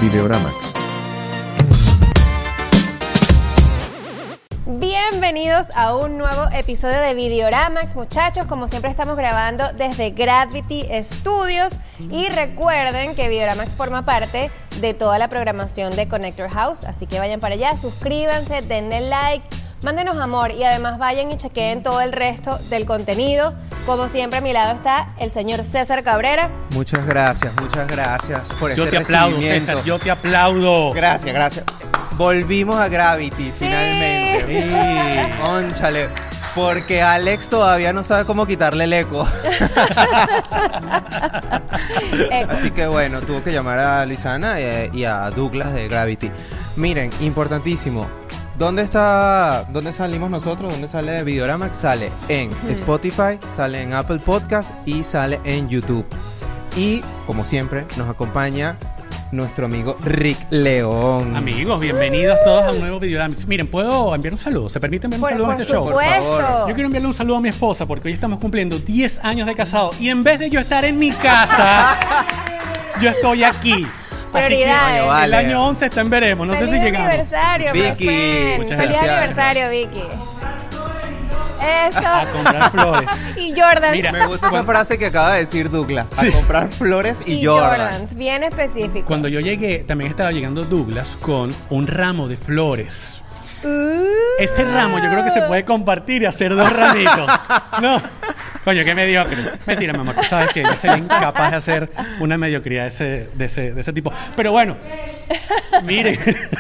Videoramax. Bienvenidos a un nuevo episodio de Videoramax, muchachos. Como siempre estamos grabando desde Gravity Studios y recuerden que Videoramax forma parte de toda la programación de Connector House, así que vayan para allá, suscríbanse, denle like, mándenos amor y además vayan y chequeen todo el resto del contenido. Como siempre a mi lado está el señor César Cabrera. Muchas gracias por este Yo te aplaudo, recibimiento. César, yo te aplaudo. Gracias. Volvimos a Gravity, finalmente. Sí. Cónchale, porque Alex todavía no sabe cómo quitarle el eco. Así que bueno, tuvo que llamar a Luisana y a Douglas de Gravity. Miren, importantísimo. ¿Dónde salimos nosotros? ¿Dónde sale Videoramax? Sale en Spotify, sale en Apple Podcast y sale en YouTube. Y, como siempre, nos acompaña nuestro amigo Rick León. Amigos, bienvenidos todos a un nuevo Videoramax. Miren, ¿puedo enviar un saludo? ¿Se permite enviar un saludo en este show? Por favor. Yo quiero enviarle un saludo a mi esposa porque hoy estamos cumpliendo 10 años de casado y en vez de yo estar en mi casa, yo estoy aquí. Prioridades. Vale. El año 11 está en veremos, no sé si llegamos. Aniversario, my Vicky, friend. muchas Feliz gracias. aniversario, Vicky. Eso. A comprar flores. Y Jordan. Mira, Me gusta esa frase que acaba de decir Douglas. Sí. A comprar flores y Jordans. Bien específico. Cuando yo llegué, también estaba llegando Douglas con un ramo de flores. Ese ramo yo creo que se puede compartir y hacer 2 ramitos. No. Coño, qué mediocre. Mentira, mi amor. Tú sabes que yo sería incapaz de hacer una mediocridad de ese tipo. Pero bueno, miren,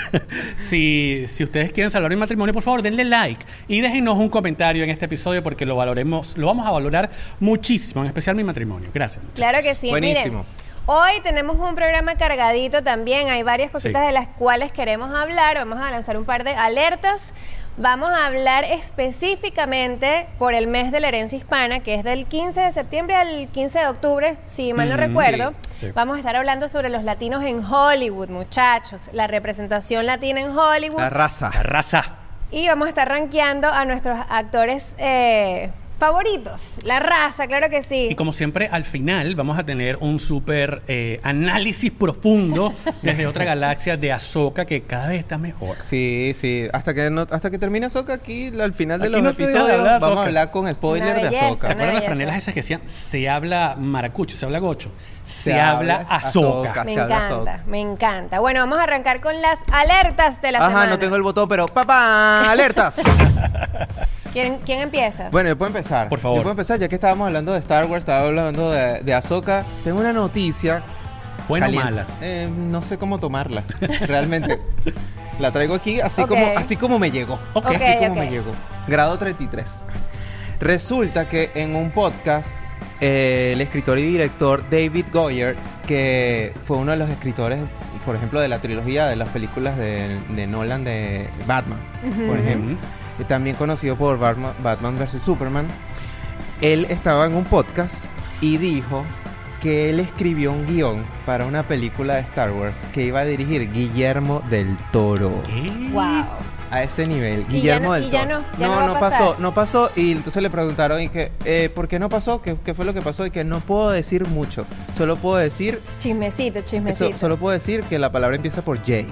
si ustedes quieren salvar mi matrimonio, por favor, denle like y déjenos un comentario en este episodio porque lo vamos a valorar muchísimo, en especial mi matrimonio. Gracias. Claro que sí. Buenísimo. Miren, hoy tenemos un programa cargadito también. Hay varias cositas Sí. de las cuales queremos hablar. Vamos a lanzar un par de alertas. Vamos a hablar específicamente por el mes de la herencia hispana, que es del 15 de septiembre al 15 de octubre, si mal no recuerdo. sí. Vamos a estar hablando sobre los latinos en Hollywood, muchachos. La representación latina en Hollywood. La raza. La raza. Y vamos a estar rankeando a nuestros actores favoritos. La raza, claro que sí. Y como siempre, al final vamos a tener un súper análisis profundo desde otra galaxia de Ahsoka que cada vez está mejor. Sí. Hasta que termine Ahsoka aquí, al final de Aquí los no se deja de episodios, hablar de vamos a Ahsoka. hablar con spoiler Una de belleza, Ahsoka. ¿Se acuerdan las belleza. franelas esas que decían? Se habla maracucho, se habla gocho, se habla Ahsoka. Me se habla encanta, Ahsoka. me encanta. Bueno, vamos a arrancar con las alertas de la semana. No tengo el botón, pero ¡papá! ¡Alertas! ¿Quién empieza? Bueno, yo puedo empezar. Por favor. Yo puedo empezar, ya que estábamos hablando de Star Wars, estábamos hablando de Ahsoka. Tengo una noticia. ¿Buena o caliente. mala? No sé cómo tomarla, realmente. La traigo aquí así, Ok. así como me llegó. Ok. Así como ok. me llegó. Grado 33. Resulta que en un podcast, el escritor y director David Goyer, que fue uno de los escritores, por ejemplo, de la trilogía de las películas de Nolan de Batman, por ejemplo, y también conocido por Batman vs. Superman, él estaba en un podcast y dijo que él escribió un guión para una película de Star Wars que iba a dirigir Guillermo del Toro. ¿Qué? Wow. A ese nivel, Y Guillermo ya del ya Toro. no va a pasar. No pasó. Y entonces le preguntaron y que, ¿por qué no pasó? ¿Qué fue lo que pasó? Y que no puedo decir mucho. Solo puedo decir, Chismecito. solo puedo decir que la palabra empieza por J.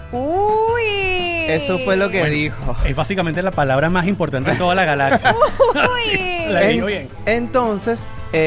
Uy. Eso fue lo que Bueno, dijo. Es básicamente la palabra más importante de toda la galaxia. Uy. La digo bien. Entonces,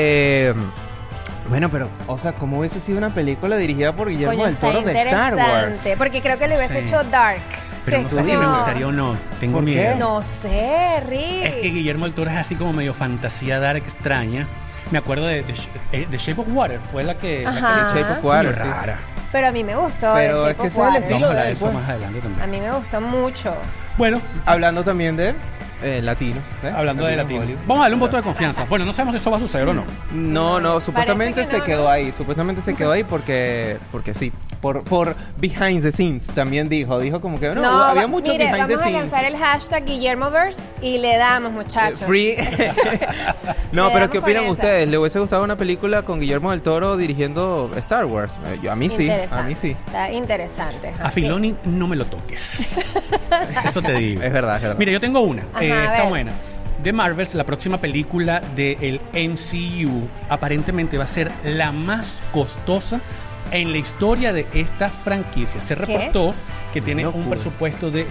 bueno, pero, o sea, ¿cómo hubiese sido una película dirigida por Guillermo Coño, del está Toro de Star Wars? interesante, porque creo que le hubiese Sí. hecho Dark. Pero no sé si me No. gustaría o no. Tengo ¿Por qué? miedo. No sé, Rick. Es que Guillermo del Toro es así como medio fantasía dark extraña. Me acuerdo de The Shape of Water. Fue la que Ajá. The Shape of Water, Medio sí. rara. Pero a mí me gustó. Pero The es Shape que of ese es el Water. estilo Vamos a hablar de de él, eso pues. más adelante A también. mí me gustó mucho. Bueno, Hablando también de latinos. ¿eh? hablando de Latinos latino. Hollywood. Vamos a darle un voto de confianza. Bueno, no sabemos si eso va a suceder o no. No, supuestamente Parece que se no, quedó ¿no? ahí. Supuestamente se quedó ahí porque sí. Por behind the scenes también dijo como que no, había mucho mire, behind the vamos a scenes. lanzar el hashtag Guillermoverse y le damos, muchachos. Free. No, Le pero damos ¿qué con opinan esa. ustedes? ¿Le hubiese gustado una película con Guillermo del Toro dirigiendo Star Wars? A mí sí, a mí sí. Está interesante. A Filoni no me lo toques. Eso te digo. Es verdad, es verdad. Mira, yo tengo una. Ajá, a Está ver. buena. The Marvels, la próxima película del MCU, aparentemente va a ser la más costosa en la historia de esta franquicia. Se reportó que tiene un presupuesto de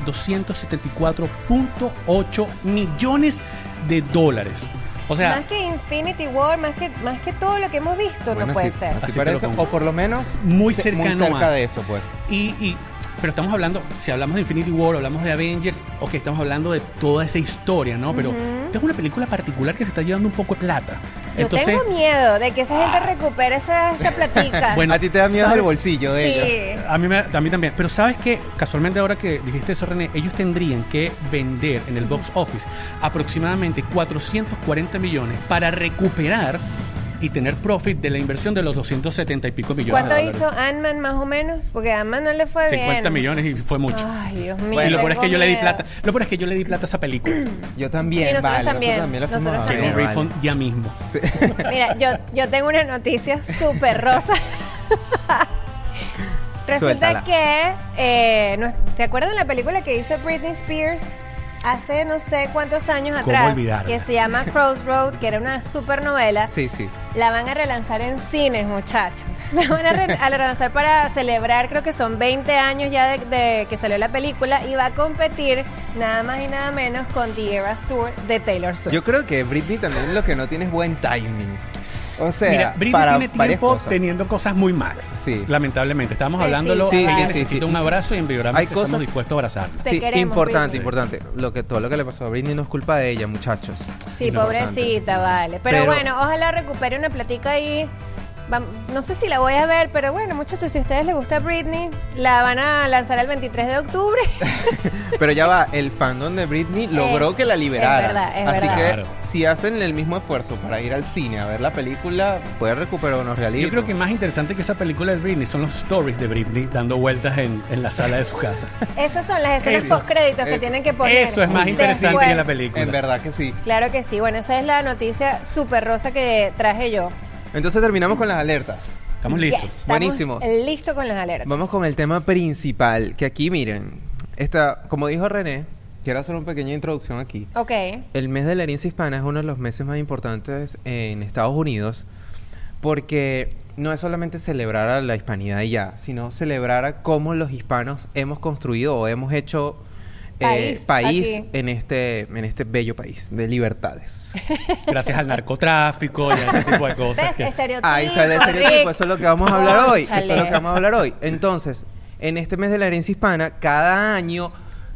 $274.8 millones. O sea, más que Infinity War, más que todo lo que hemos visto, bueno, no puede sí, ser. así Así parece, te lo pongo. o por lo menos Muy cercano cerca a. de eso, pues. Pero estamos hablando, si hablamos de Infinity War, hablamos de Avengers, estamos hablando de toda esa historia, ¿no? Pero esta es una película particular que se está llevando un poco de plata. Yo tengo miedo de que esa gente recupere esa platica. Bueno, a ti te da miedo ¿sabes? el bolsillo de ellos. Sí. A mí también. Pero ¿sabes qué? Casualmente ahora que dijiste eso, René, ellos tendrían que vender en el box office aproximadamente 440 millones para recuperar y tener profit de la inversión de los 270 y pico millones ¿Cuánto de dólares. hizo Ant-Man más o menos? Porque a Ant-Man no le fue 50 bien. millones y fue mucho. Ay, Dios mío. Y lo peor es tengo que yo le di miedo. plata. Lo peor es que yo le di plata a esa película. Yo también, Sí, nosotros vale. también. Nosotros también la fuimos Nosotros a Quiero ver, un también. vale. refund ya mismo. Sí. Mira, yo tengo una noticia súper rosa. Resulta Suéltala. que, ¿se acuerdan de la película que hizo Britney Spears hace no sé cuántos años ¿Cómo atrás? olvidarla? Que se llama Crossroad, que era una super novela. Sí, sí. La van a relanzar en cines, muchachos. La van a relanzar para celebrar, creo que son 20 años ya de que salió la película, y va a competir nada más y nada menos con The Eras Tour de Taylor Swift. Yo creo que Britney también lo que no tiene es buen timing. O sea, Mira, Britney para tiene varias tiempo cosas. teniendo cosas muy malas. Sí. Lamentablemente. Estábamos Sí, hablándolo. sí, ella sí, necesita sí. un abrazo y en Videorama Hay estamos cosas- dispuestos a abrazarla. Te Sí, queremos, importante, Britney. importante. Todo lo que le pasó a Britney no es culpa de ella, muchachos. Sí, No, pobrecita, vale. Pero bueno, ojalá recupere una platica ahí. No sé si la voy a ver, pero bueno, muchachos, si a ustedes les gusta Britney, la van a lanzar el 23 de octubre. Pero ya va, el fandom de Britney logró que la liberara. es verdad, es Así verdad. que Claro. si hacen el mismo esfuerzo para ir al cine a ver la película, puede recuperar unos realistas. Yo creo que más interesante que esa película de Britney son los stories de Britney dando vueltas en la sala de su casa. Esas son las escenas Eso, post-créditos que eso. tienen que poner. Eso es más interesante después. que la película. En verdad que sí. Claro que sí. Bueno, esa es la noticia súper rosa que traje yo. Entonces terminamos con las alertas. Estamos listos. Yes, estamos Buenísimos. listos con las alertas. Vamos con el tema principal, que aquí miren, como dijo René, quiero hacer una pequeña introducción aquí. Ok. El mes de la herencia hispana es uno de los meses más importantes en Estados Unidos, porque no es solamente celebrar a la hispanidad y ya, sino celebrar a cómo los hispanos hemos construido o hemos hecho País aquí. en este bello país de libertades. Gracias al narcotráfico y a ese tipo de cosas. ¿Ves? Que... Estereotipo. Ahí está el estereotipo, Rick. eso es lo que vamos a hablar hoy. Eso es Cónchale. lo que vamos a hablar hoy. Entonces, en este mes de la herencia hispana, cada año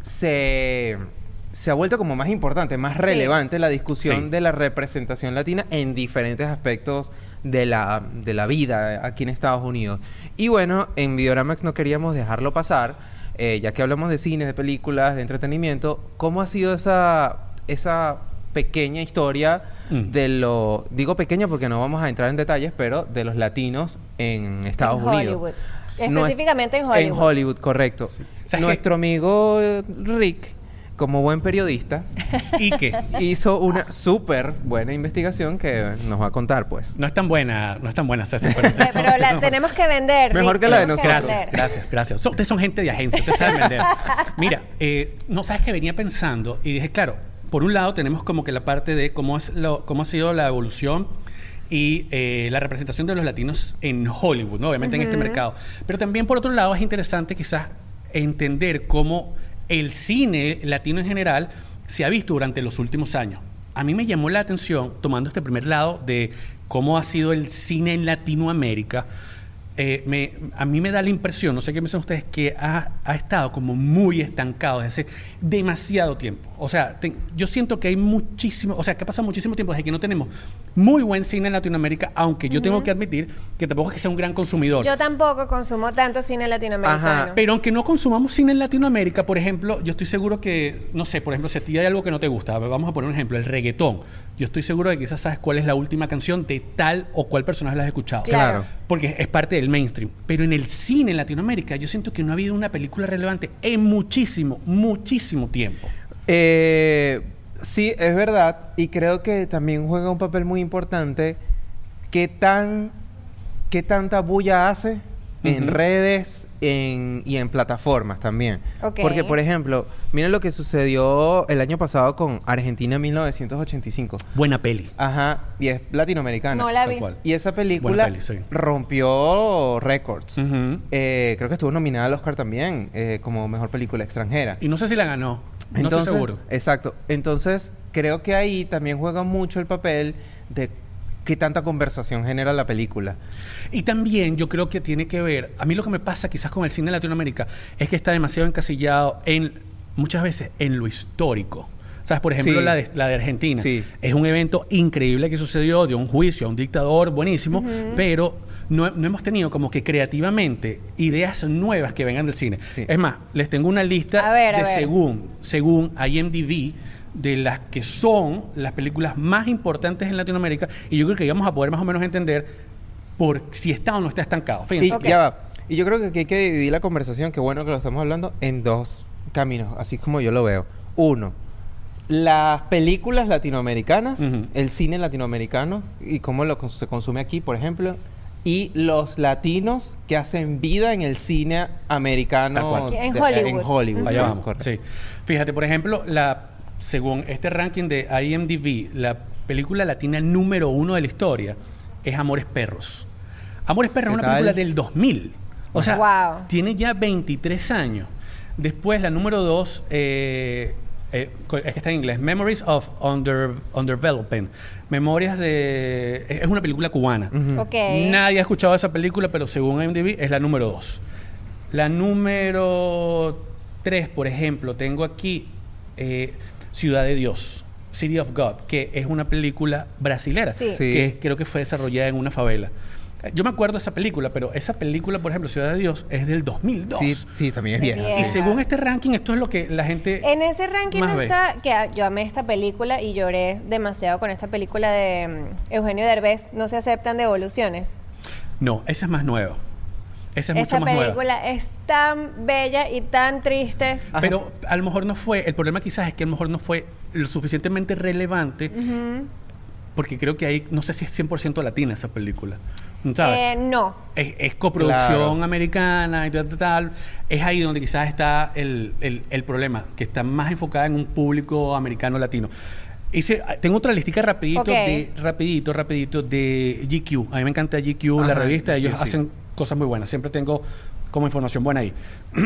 se ha vuelto como más importante, más Sí. relevante la discusión Sí. de la representación latina en diferentes aspectos de la vida aquí en Estados Unidos. Y bueno, en Videoramax no queríamos dejarlo pasar, ya que hablamos de cine, de películas, de entretenimiento. ¿Cómo ha sido esa pequeña historia digo pequeña porque no vamos a entrar en detalles, pero de los latinos en Estados En Unidos? Hollywood. No es- Específicamente en Hollywood. En Hollywood, correcto. Sí. O sea, es Nuestro amigo Rick, como buen periodista, ¿Y qué? hizo una súper buena investigación que nos va a contar, pues. No es tan buena, César. Pero la tenemos que vender. Mejor Rick, que la de tenemos que nosotros. vender. Gracias. Ustedes son gente de agencia, ustedes saben vender. Mira, no sabes que venía pensando y dije, claro, por un lado tenemos como que la parte de cómo ha sido la evolución y la representación de los latinos en Hollywood, ¿no? Obviamente en este mercado. Pero también por otro lado es interesante quizás entender cómo el cine latino en general se ha visto durante los últimos años. A mí me llamó la atención, tomando este primer lado de cómo ha sido el cine en Latinoamérica, a mí me da la impresión, no sé qué piensan ustedes, que ha estado como muy estancado desde hace demasiado tiempo. O sea, yo siento que hay muchísimo, o sea, que ha pasado muchísimo tiempo desde que no tenemos muy buen cine en Latinoamérica, aunque yo tengo que admitir que tampoco es que sea un gran consumidor. Yo tampoco consumo tanto cine latinoamericano. Ajá, Pero aunque no consumamos cine en Latinoamérica, por ejemplo, yo estoy seguro que, no sé, por ejemplo, si a ti hay algo que no te gusta, a ver, vamos a poner un ejemplo, el reggaetón. Yo estoy seguro de que quizás sabes cuál es la última canción de tal o cual personaje la has escuchado. Claro. Porque es parte del mainstream. Pero en el cine en Latinoamérica yo siento que no ha habido una película relevante en muchísimo tiempo. Sí, es verdad. Y creo que también juega un papel muy importante. ¿Qué tanta bulla hace en redes y en plataformas también. Ok. Porque, por ejemplo, miren lo que sucedió el año pasado con Argentina 1985. Buena peli. Ajá, y es latinoamericana. No la Tal vi. cual. Y esa película Buena peli, sí. rompió récords. Ujú. Creo que estuvo nominada al Oscar también como mejor película extranjera. Y no sé si la ganó. No Entonces, estoy seguro. Exacto. Entonces, creo que ahí también juega mucho el papel de qué tanta conversación genera la película. Y también yo creo que tiene que ver, a mí lo que me pasa quizás con el cine de Latinoamérica es que está demasiado encasillado muchas veces en lo histórico. ¿Sabes? Por ejemplo, Sí. la de Argentina. Sí. Es un evento increíble que sucedió, de un juicio a un dictador buenísimo, pero no hemos tenido como que creativamente ideas nuevas que vengan del cine. Sí. Es más, les tengo una lista A ver. según IMDb, de las que son las películas más importantes en Latinoamérica, y yo creo que íbamos a poder más o menos entender por si está o no está estancado. Y Fíjense. Ok. ya va. Y yo creo que aquí hay que dividir la conversación, qué bueno que lo estamos hablando, en dos caminos, así como yo lo veo. Uno, las películas latinoamericanas, Ujú. el cine latinoamericano y cómo se consume aquí, por ejemplo, y los latinos que hacen vida en el cine Tal americano cual. En de- Hollywood. en Hollywood. Allá ¿no? vamos. Correcto. Sí. Fíjate, por ejemplo, según este ranking de IMDb, la película latina número 1 de la historia es Amores Perros. Amores Perros es ¿Qué una película tal? del 2000. O sea, Wow. tiene ya 23 años. Después, la número 2, es que está en inglés, Memories of Underdevelopment. Memorias de... Es una película cubana. Ujú. Ok. Nadie ha escuchado esa película, pero según IMDb es la número 2. La número 3, por ejemplo, tengo aquí Ciudad de Dios, City of God, que es una película brasilera, Sí. Sí. que creo que fue desarrollada en una favela. Yo me acuerdo de esa película, pero esa película, por ejemplo, Ciudad de Dios, es del 2002. Sí, sí, también es Es vieja. vieja. Y según este ranking, esto es lo que la gente... En ese ranking más no ve. está, yo amé esta película y lloré demasiado con esta película de Eugenio Derbez, No se aceptan devoluciones. No, esa es más nueva. Esa es Esa mucho más nueva. película es tan bella y tan triste. Ajá. Pero a lo mejor no fue, el problema quizás es que a lo mejor no fue lo suficientemente relevante, porque creo que ahí, no sé si es 100% latina esa película. ¿Sabes? No. Es coproducción Claro. americana y tal. Es ahí donde quizás está el problema, que está más enfocada en un público americano latino. Tengo otra listica rapidito, Ok. rapidito de GQ. A mí me encanta GQ, la Ajá, revista. Ellos GQ, sí. hacen cosas muy buenas. Siempre tengo como información buena ahí.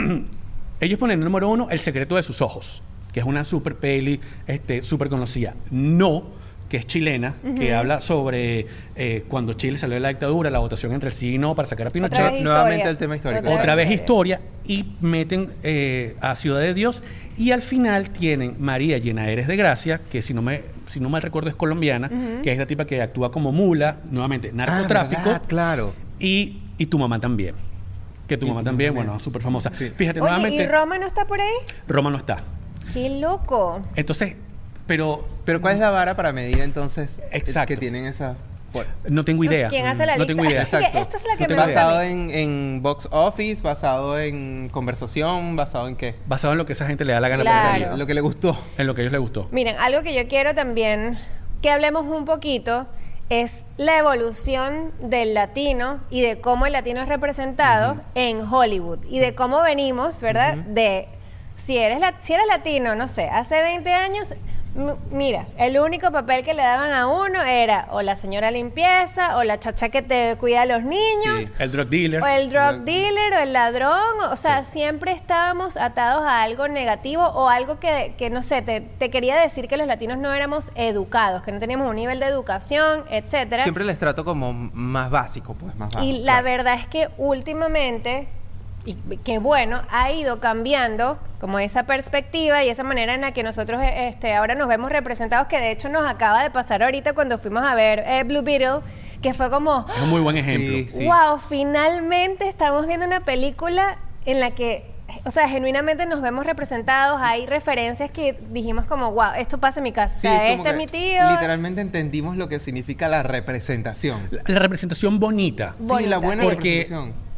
Ellos ponen el número 1, El secreto de sus ojos, que es una super peli, súper conocida. No, que es chilena, que habla sobre cuando Chile salió de la dictadura, la votación entre el sí y no para sacar a Pinochet. Otra vez Nuevamente historia. el tema histórico. Otra vez historia, y meten a Ciudad de Dios, y al final tienen María Llena Eres de Gracia, que si no mal recuerdo es colombiana, que es la tipa que actúa como mula, nuevamente narcotráfico, ¿verdad? Claro. y Tu mamá también, que Tu Y mamá Tu también, mamá. bueno, súper famosa. Sí. Fíjate, Oye, nuevamente ¿y Roma no está por ahí? Roma no está. ¡Qué loco! Entonces, pero Pero ¿cuál es la vara para medir entonces Exacto. que tienen esa... Bueno, no tengo idea. ¿Quién hace la No lista? tengo idea. Es que Exacto. esta es la que No me tengo gusta a basado mí. en box office, basado en conversación, basado en qué? Basado en lo que esa gente le da la gana Claro. poner ahí, Lo que le gustó. en lo que a ellos les gustó. Miren, algo que yo quiero también que hablemos un poquito es la evolución del latino y de cómo el latino es representado en Hollywood y de cómo venimos, ¿verdad? De si eres latino, no sé, hace 20 años, mira, el único papel que le daban a uno era o la señora limpieza o la chacha que te cuida a los niños. Sí. El drug dealer. O el drug dealer o el ladrón, o sea, siempre estábamos atados a algo negativo o algo que no sé, te quería decir que los latinos no éramos educados, que no teníamos un nivel de educación, etcétera. Siempre les trato como más básico, pues, más bajo. Y la claro. verdad es que últimamente, y que bueno, ha ido cambiando como esa perspectiva y esa manera en la que nosotros ahora nos vemos representados, que de hecho nos acaba de pasar ahorita cuando fuimos a ver Blue Beetle, que fue como, Es un muy buen ejemplo. Sí, sí. wow, finalmente estamos viendo una película en la que, o sea, genuinamente nos vemos representados, hay referencias que dijimos como, wow, esto pasa en mi casa, Sí, o sea, como este es que mi tío. Literalmente entendimos lo que significa la representación. La representación bonita. Sí, la buena sí. Porque representación.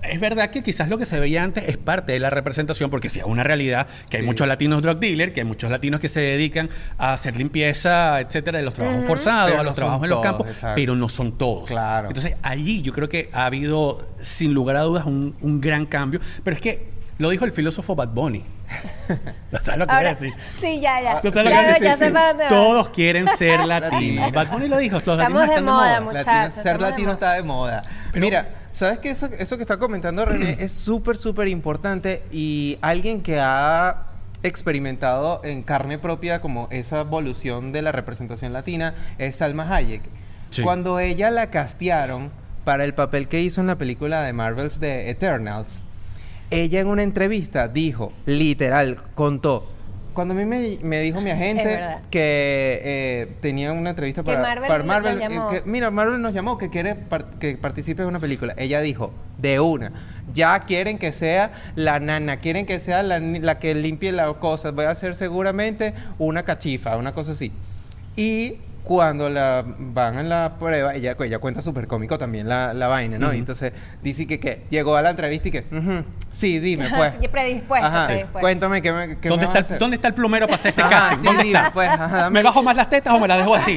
es verdad que quizás lo que se veía antes es parte de la representación, porque sí es una realidad que hay muchos latinos drug dealers, que hay muchos latinos que se dedican a hacer limpieza, etcétera, de los trabajos forzados, Pero a los no trabajos son en los todos, campos, exacto. pero no son todos. Claro. Entonces, allí yo creo que ha habido, sin lugar a dudas, un gran cambio. Pero es que lo dijo el filósofo Bad Bunny. ¿Sabes lo que voy a decir? Sí, ya. ¿Tú sabes lo que voy a decir? Ya sé para dónde va. Todos quieren ser latinos. Bad Bunny lo dijo. Los Estamos latinos de están moda, de moda. muchachos. Ser latino está de moda. Pero- Mira, ¿sabes qué? Eso que está comentando René es súper, súper importante, y alguien que ha experimentado en carne propia como esa evolución de la representación latina es Salma Hayek. Sí. Cuando ella la castearon para el papel que hizo en la película de Marvels de Eternals, ella en una entrevista dijo, literal, contó, cuando a mí me dijo mi Es agente verdad. que tenía una entrevista Que Marvel para nos Marvel, llamó. mira, Marvel nos llamó, que quiere que participe en una película. Ella dijo, de una, ya quieren que sea la nana, quieren que sea la que limpie las cosas, voy a hacer seguramente una cachifa, una cosa así. Y cuando la van en la prueba, ella cuenta súper cómico también la vaina, ¿no? Ujú. Y entonces dice que llegó a la entrevista y que, sí, dime, pues. Sí, predispuesta, Ajá, predispuesta. cuéntame qué me ¿Dónde, vas a está, hacer. ¿Dónde está el plumero para hacer este Ajá, casting? sí, ¿Dónde dime, está? pues, ajá, dame- ¿Me bajo más las tetas o me las dejo así?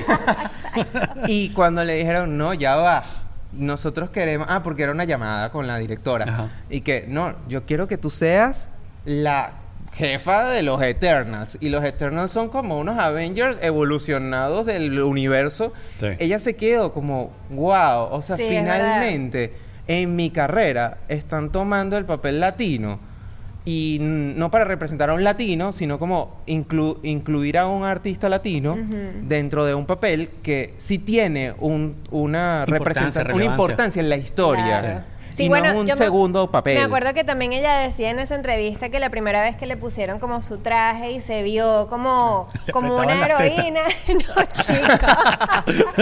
Y cuando le dijeron, no, ya va, nosotros queremos... Ah, porque era una llamada con la directora. Ajá. Y que, no, yo quiero que tú seas la jefa de los Eternals. Y los Eternals son como unos Avengers evolucionados del universo. Sí. Ella se quedó como, wow, o sea, Sí, es finalmente en mi carrera están tomando el papel latino. Y no para representar a un latino, sino como incluir a un artista latino dentro de un papel que sí tiene una representación, una relevancia. importancia en la historia. Claro. Y Sí, no bueno, un yo segundo papel. Me acuerdo que también ella decía en esa entrevista que la primera vez que le pusieron como su traje y se vio como Le una apretaban las heroína, no, chica,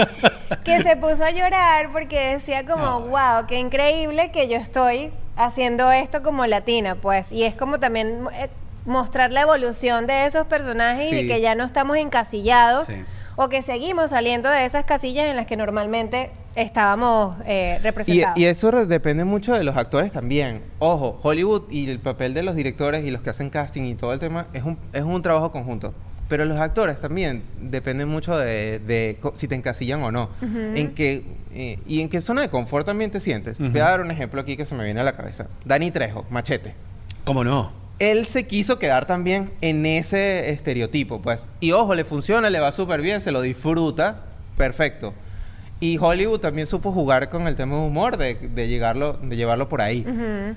que se puso a llorar porque decía como, wow, qué increíble que yo estoy haciendo esto como latina, pues, y es como también mostrar la evolución de esos personajes y Sí. de que ya no estamos encasillados. Sí. O que seguimos saliendo de esas casillas en las que normalmente estábamos representados. Y eso depende mucho de los actores también. Ojo, Hollywood y el papel de los directores y los que hacen casting y todo el tema es un trabajo conjunto. Pero los actores también dependen mucho de si te encasillan o no. En qué y en qué zona de confort también te sientes. Voy a dar un ejemplo aquí que se me viene a la cabeza. Danny Trejo, Machete. ¿Cómo no? Él se quiso quedar también en ese estereotipo, pues. Y ojo, le funciona, le va súper bien, se lo disfruta, perfecto. Y Hollywood también supo jugar con el tema de humor, de llevarlo por ahí.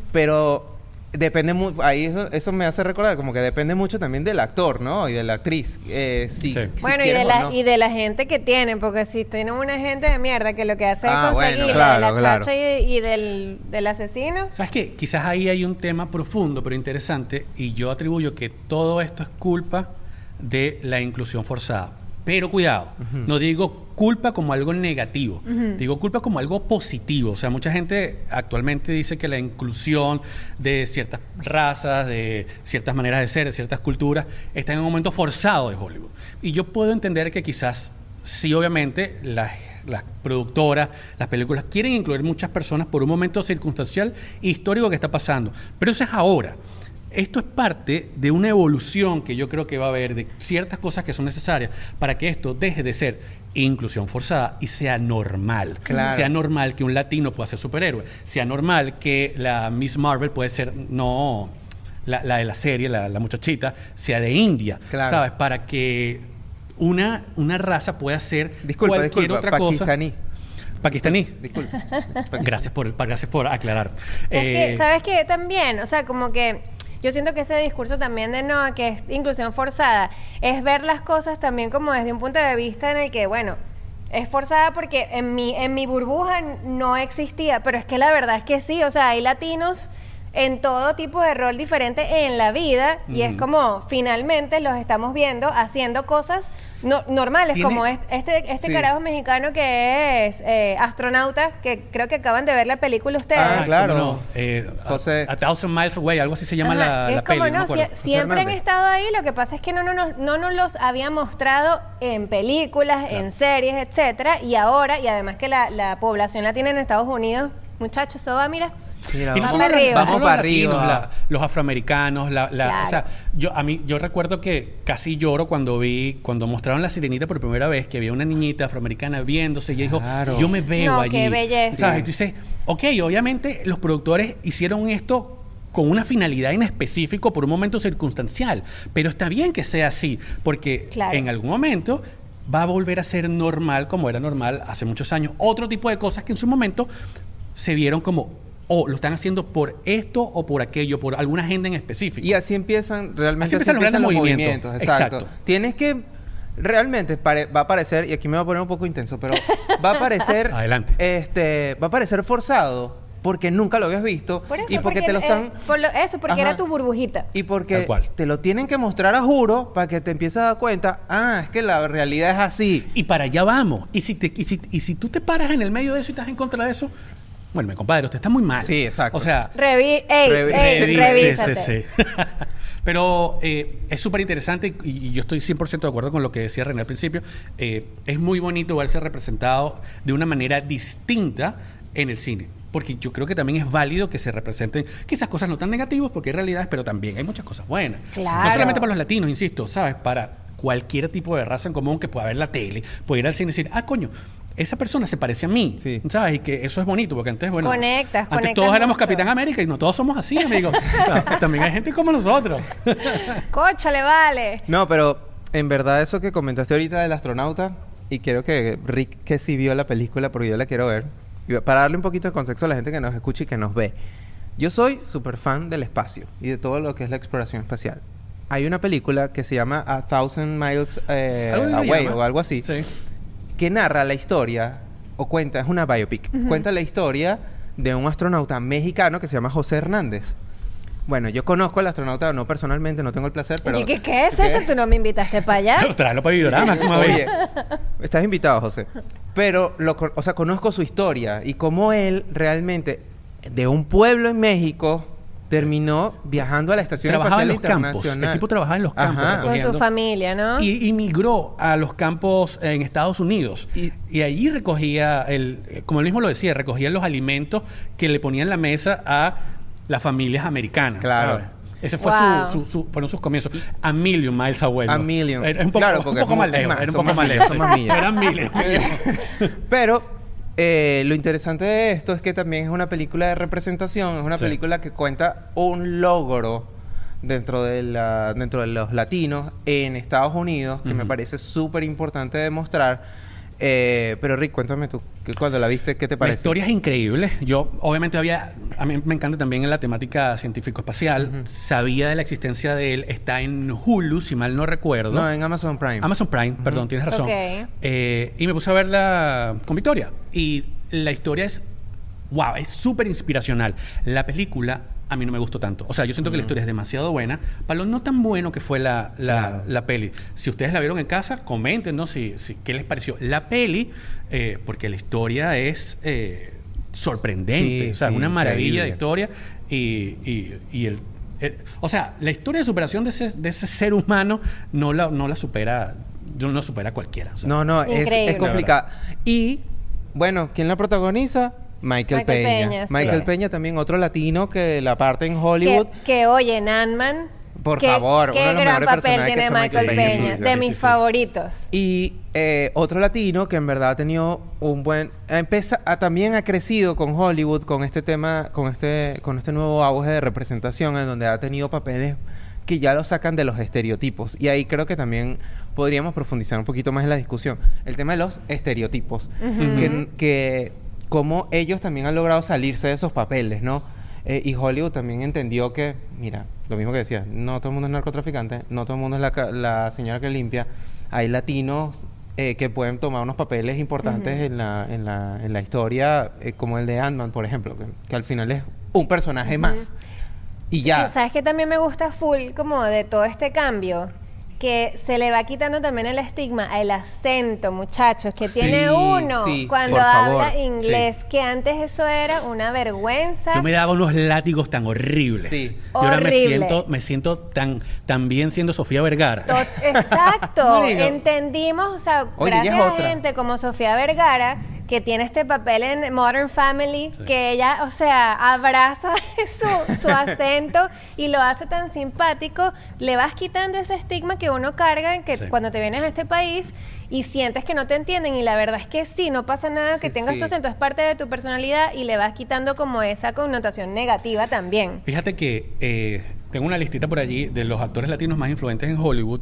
Pero depende mucho, ahí eso me hace recordar como que depende mucho también del actor, ¿no? Y de la actriz. Si Bueno, quieres o no. y de la gente que tienen, porque si tienen una gente de mierda que lo que hace es Ah, conseguir bueno, la de la claro. chacha y del asesino. ¿Sabes qué? Quizás ahí hay un tema profundo, pero interesante, y yo atribuyo que todo esto es culpa de la inclusión forzada. Pero cuidado, no digo culpa como algo negativo, digo culpa como algo positivo. O sea, mucha gente actualmente dice que la inclusión de ciertas razas, de ciertas maneras de ser, de ciertas culturas, está en un momento forzado de Hollywood. Y yo puedo entender que quizás, sí, obviamente, las productoras, las películas quieren incluir muchas personas por un momento circunstancial e histórico que está pasando. Pero eso es ahora. Esto es parte de una evolución que yo creo que va a haber de ciertas cosas que son necesarias para que esto deje de ser inclusión forzada y sea normal. Claro. Sea normal que un latino pueda ser superhéroe. Sea normal que la Miss Marvel puede ser, no, la de la serie, la muchachita, sea de India. Claro. ¿Sabes? Para que una raza pueda ser cualquier otra pakistaní. cosa. Pakistaní. Disculpa. Gracias por aclarar. Es que, ¿sabes qué? También, o sea, como que yo siento que ese discurso también de no, que es inclusión forzada, es ver las cosas también como desde un punto de vista en el que, bueno, es forzada porque en mi burbuja no existía, pero es que la verdad es que sí, o sea, hay latinos en todo tipo de rol diferente en la vida y es como finalmente los estamos viendo haciendo cosas normales, ¿Tiene? como este Sí. carajo mexicano que es astronauta, que creo que acaban de ver la película ustedes. Ah, claro. ¿Cómo no? José. A Thousand Miles Away, algo así se llama Ajá, la es peli. como no me acuerdo. siempre han Hernández. estado ahí, lo que pasa es que no nos los había mostrado en películas, en series, etcétera, y ahora, y además que la población latina en Estados Unidos, muchachos, eso va, mira, Mira, Y no vamos solo para arriba. no Vamos solo para los latinos, arriba. los afroamericanos, Claro. o sea, yo recuerdo que casi lloro cuando mostraron La Sirenita por primera vez, que había una niñita afroamericana viéndose y ella Claro. dijo, yo me veo No, allí. qué belleza. ¿Sabes? Y tú dices, ok, obviamente los productores hicieron esto con una finalidad en específico por un momento circunstancial, pero está bien que sea así, porque Claro. en algún momento va a volver a ser normal como era normal hace muchos años. Otro tipo de cosas que en su momento se vieron como, lo están haciendo por esto o por aquello, por alguna agenda en específico. Y así empiezan realmente Así empiezan los grandes movimientos. Exacto. Exacto. Tienes que realmente va a parecer, y aquí me voy a poner un poco intenso, pero va a parecer Adelante. va a parecer forzado porque nunca lo habías visto Por eso, y porque te lo están porque Ajá. era tu burbujita. y porque Tal cual. te lo tienen que mostrar a juro para que te empieces a dar cuenta, es que la realidad es así. Y para allá vamos. Y si tú te paras en el medio de eso y estás en contra de eso, bueno, mi compadre, usted está muy mal. Sí, exacto. O sea, Revísate. revísese. Pero es súper interesante y yo estoy 100% de acuerdo con lo que decía René al principio. Es muy bonito verse representado de una manera distinta en el cine. Porque yo creo que también es válido que se representen quizás cosas no tan negativas, porque hay realidades, pero también hay muchas cosas buenas. Claro. No solamente para los latinos, insisto, ¿sabes? Para cualquier tipo de raza en común que pueda ver la tele, puede ir al cine y decir, coño, esa persona se parece a mí, Sí. ¿sabes? Y que eso es bonito, porque antes, bueno... Conectas antes todos éramos mucho. Capitán América y no todos somos así, amigos. O sea, también hay gente como nosotros. Cóchale, vale. No, pero en verdad eso que comentaste ahorita del astronauta, y quiero que Rick, que sí vio la película, porque yo la quiero ver, y para darle un poquito de contexto a la gente que nos escucha y que nos ve. Yo soy súper fan del espacio y de todo lo que es la exploración espacial. Hay una película que se llama A Thousand Miles Algo se Away llama. o algo así, Sí. que narra la historia, o cuenta, es una biopic, cuenta la historia de un astronauta mexicano que se llama José Hernández. Bueno, yo conozco al astronauta, no personalmente, no tengo el placer, pero... ¿Y qué es eso? ¿Tú no me invitaste para allá? Tráelo para Videorama, máxima vez. Oye, estás invitado, José. Pero, conozco su historia y cómo él realmente, de un pueblo en México, terminó viajando a la Estación Trabajaba en Espacial los campos. Internacional. El tipo trabajaba en los campos. Ajá. Con su recogiendo. familia, ¿no? Y migró a los campos en Estados Unidos. Y allí recogía, como él mismo lo decía, recogía los alimentos que le ponían en la mesa a las familias americanas. Claro. ¿sabes? Ese fue Wow. fueron sus comienzos. A million miles away. A ¿no? million. Era un poco, Claro, un porque poco es más más, lejos. es Era un más, poco son más más lejos. millas, son más millas. Eran miles. Pero lo interesante de esto es que también es una película de representación, es una Sí. película que cuenta un logro dentro de los latinos en Estados Unidos, que me parece súper importante demostrar. Pero Rick, cuéntame tú, que cuando la viste, ¿qué te La parece? historia es increíble. Yo, obviamente, a mí me encanta también en la temática científico-espacial. Sabía de la existencia de él. Está en Hulu, si mal no recuerdo. No, en Amazon Prime. Amazon Prime, perdón, tienes razón. Ok. Y me puse a verla con Victoria. Y la historia es, wow, es súper inspiracional. La película a mí no me gustó tanto. O sea, yo siento que la historia es demasiado buena para lo no tan bueno que fue la peli. Si ustedes la vieron en casa, coméntenos qué les pareció. La peli, porque la historia es sorprendente. Sí, o sea, sí, una maravilla de increíble. historia. Y o sea, la historia de superación de ese ser humano no la supera, no supera cualquiera. O sea, No, es Increíble. complicada. Y, bueno, ¿quién la protagoniza? Michael Peña. sí. Michael Claro. Peña también, otro latino que la parte en Hollywood. Que oye, en Ant-Man. Por favor, qué uno de los gran mejores papel personajes que tiene ha hecho Michael Michael Peña. Peña. De Sí, mis sí, sí. favoritos. Y otro latino que en verdad ha tenido un buen... también ha crecido con Hollywood, con este tema, con este nuevo auge de representación, en donde ha tenido papeles que ya lo sacan de los estereotipos. Y ahí creo que también podríamos profundizar un poquito más en la discusión. El tema de los estereotipos. Que cómo ellos también han logrado salirse de esos papeles, ¿no? Y Hollywood también entendió que, mira, lo mismo que decía, no todo el mundo es narcotraficante, no todo el mundo es la señora que limpia. Hay latinos que pueden tomar unos papeles importantes en la historia, como el de Ant-Man, por ejemplo, que al final es un personaje más. Y ya. ¿Sabes qué también me gusta full como de todo este cambio? Que se le va quitando también el estigma al acento, muchachos, que Sí, tiene uno sí, cuando por favor, habla inglés, que antes eso era una vergüenza. yo me daba unos látigos tan horribles. Sí. Y ahora Horrible. me siento tan bien siendo Sofía Vergara. Exacto, Marico. entendimos, o sea, Oye, ella es gracias a otra. gente como Sofía Vergara que tiene este papel en Modern Family, que ella, o sea, abraza su acento y lo hace tan simpático, le vas quitando ese estigma que uno carga que cuando te vienes a este país y sientes que no te entienden, y la verdad es que sí, no pasa nada que tengas tu acento, es parte de tu personalidad y le vas quitando como esa connotación negativa también. Fíjate que tengo una listita por allí de los actores latinos más influyentes en Hollywood.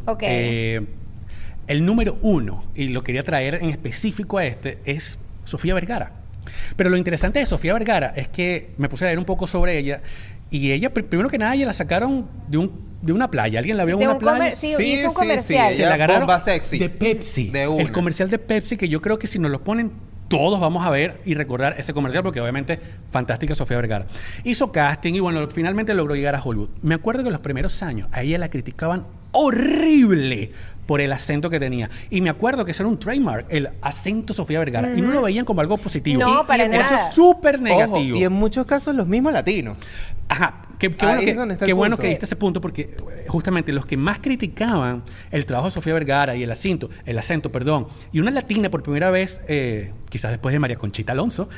El número 1, y lo quería traer en específico a es Sofía Vergara. Pero lo interesante de Sofía Vergara es que me puse a leer un poco sobre ella, y ella, primero que nada, ella la sacaron de una playa. ¿Alguien la vio en una playa? Hizo un comercial. Sí, Se la agarraron bomba sexy. de Pepsi. El comercial de Pepsi, que yo creo que si nos lo ponen, todos vamos a ver y recordar ese comercial, porque obviamente fantástica Sofía Vergara. Hizo casting y bueno, finalmente logró llegar a Hollywood. Me acuerdo que en los primeros años a ella la criticaban horrible por el acento que tenía. Y me acuerdo que ese era un trademark, el acento Sofía Vergara. Y no lo veían como algo positivo. No, para nada. Eso es súper negativo. Ojo, y en muchos casos los mismos latinos. Qué bueno que diste ese punto, porque justamente los que más criticaban el trabajo de Sofía Vergara y el acento, y una latina por primera vez, quizás después de María Conchita Alonso,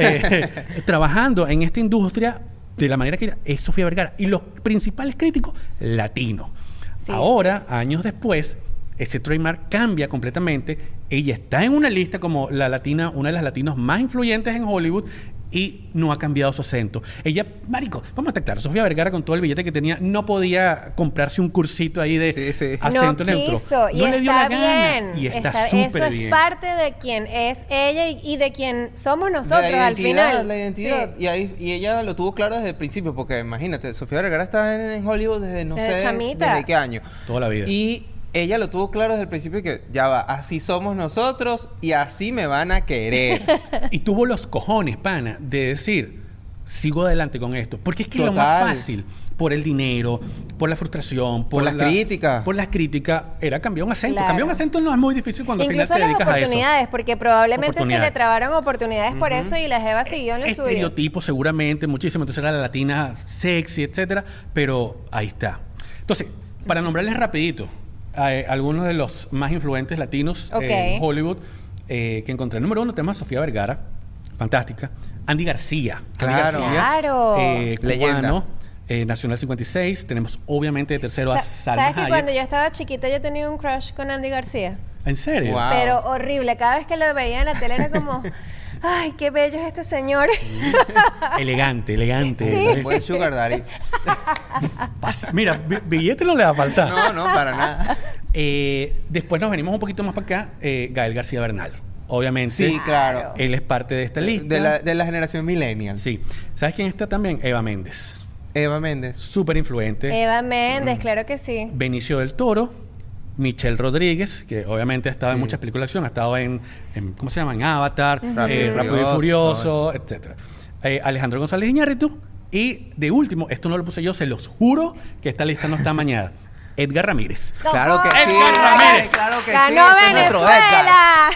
trabajando en esta industria de la manera que era, es Sofía Vergara. Y los principales críticos, latinos. Sí. Ahora, años después, ese trademark cambia completamente. Ella está en una lista como una de las latinas más influyentes en Hollywood, y no ha cambiado su acento. Ella, marico, vamos a estar claros, Sofía Vergara, con todo el billete que tenía, no podía comprarse un cursito ahí de acento neutro. No le dio la gana. Y está súper bien. Eso es parte de quien es ella y de quien somos nosotros al final. La identidad. Sí. Y ella lo tuvo claro desde el principio, porque imagínate, Sofía Vergara está en Hollywood desde chamita. Desde qué año. Toda la vida. Y ella lo tuvo claro desde el principio, que ya va, así somos nosotros y así me van a querer. Y tuvo los cojones, pana, de decir, sigo adelante con esto. Porque es que lo más fácil, por el dinero, por la frustración, por las críticas. Por las críticas, era cambiar un acento. Claro. Cambiar un acento no es muy difícil cuando al final te dedicas a eso. Incluso las oportunidades, porque probablemente se le trabaron oportunidades por eso y la jeva siguió en lo suyo. Estereotipo seguramente, muchísimo. Entonces era la latina sexy, etcétera. Pero ahí está. Entonces, para nombrarles rapidito, algunos de los más influentes latinos en Hollywood que encontré. Número 1 tenemos a Sofía Vergara, fantástica. Andy García. Claro. Cubano, nació en el 56. Tenemos obviamente de tercero a Salma ¿Sabes que Hayek. cuando yo estaba chiquita yo tenía un crush con Andy García? ¿En serio? Wow. Pero horrible. Cada vez que lo veía en la tele era como... Ay, qué bello es este señor. Elegante. Sí. Buen sugar daddy. Mira, billete no le va a faltar. No, para nada. Después nos venimos un poquito más para acá. Gael García Bernal. Obviamente. Sí, claro. Él es parte de esta lista. De la generación millennial. Sí. ¿Sabes quién está también? Eva Méndez. Eva Méndez. Súper influente. Eva Méndez, claro que sí. Benicio del Toro. Michelle Rodríguez, que obviamente ha estado en muchas películas de acción, ha estado en ¿cómo se llama? En Avatar, Rápido y Furioso, etcétera. Alejandro González Iñárritu. Y de último, esto no lo puse yo, se los juro que esta lista no está mañana. Edgar Ramírez. Claro que sí. Edgar Ramírez. Claro que ¡Ganó sí. Venezuela!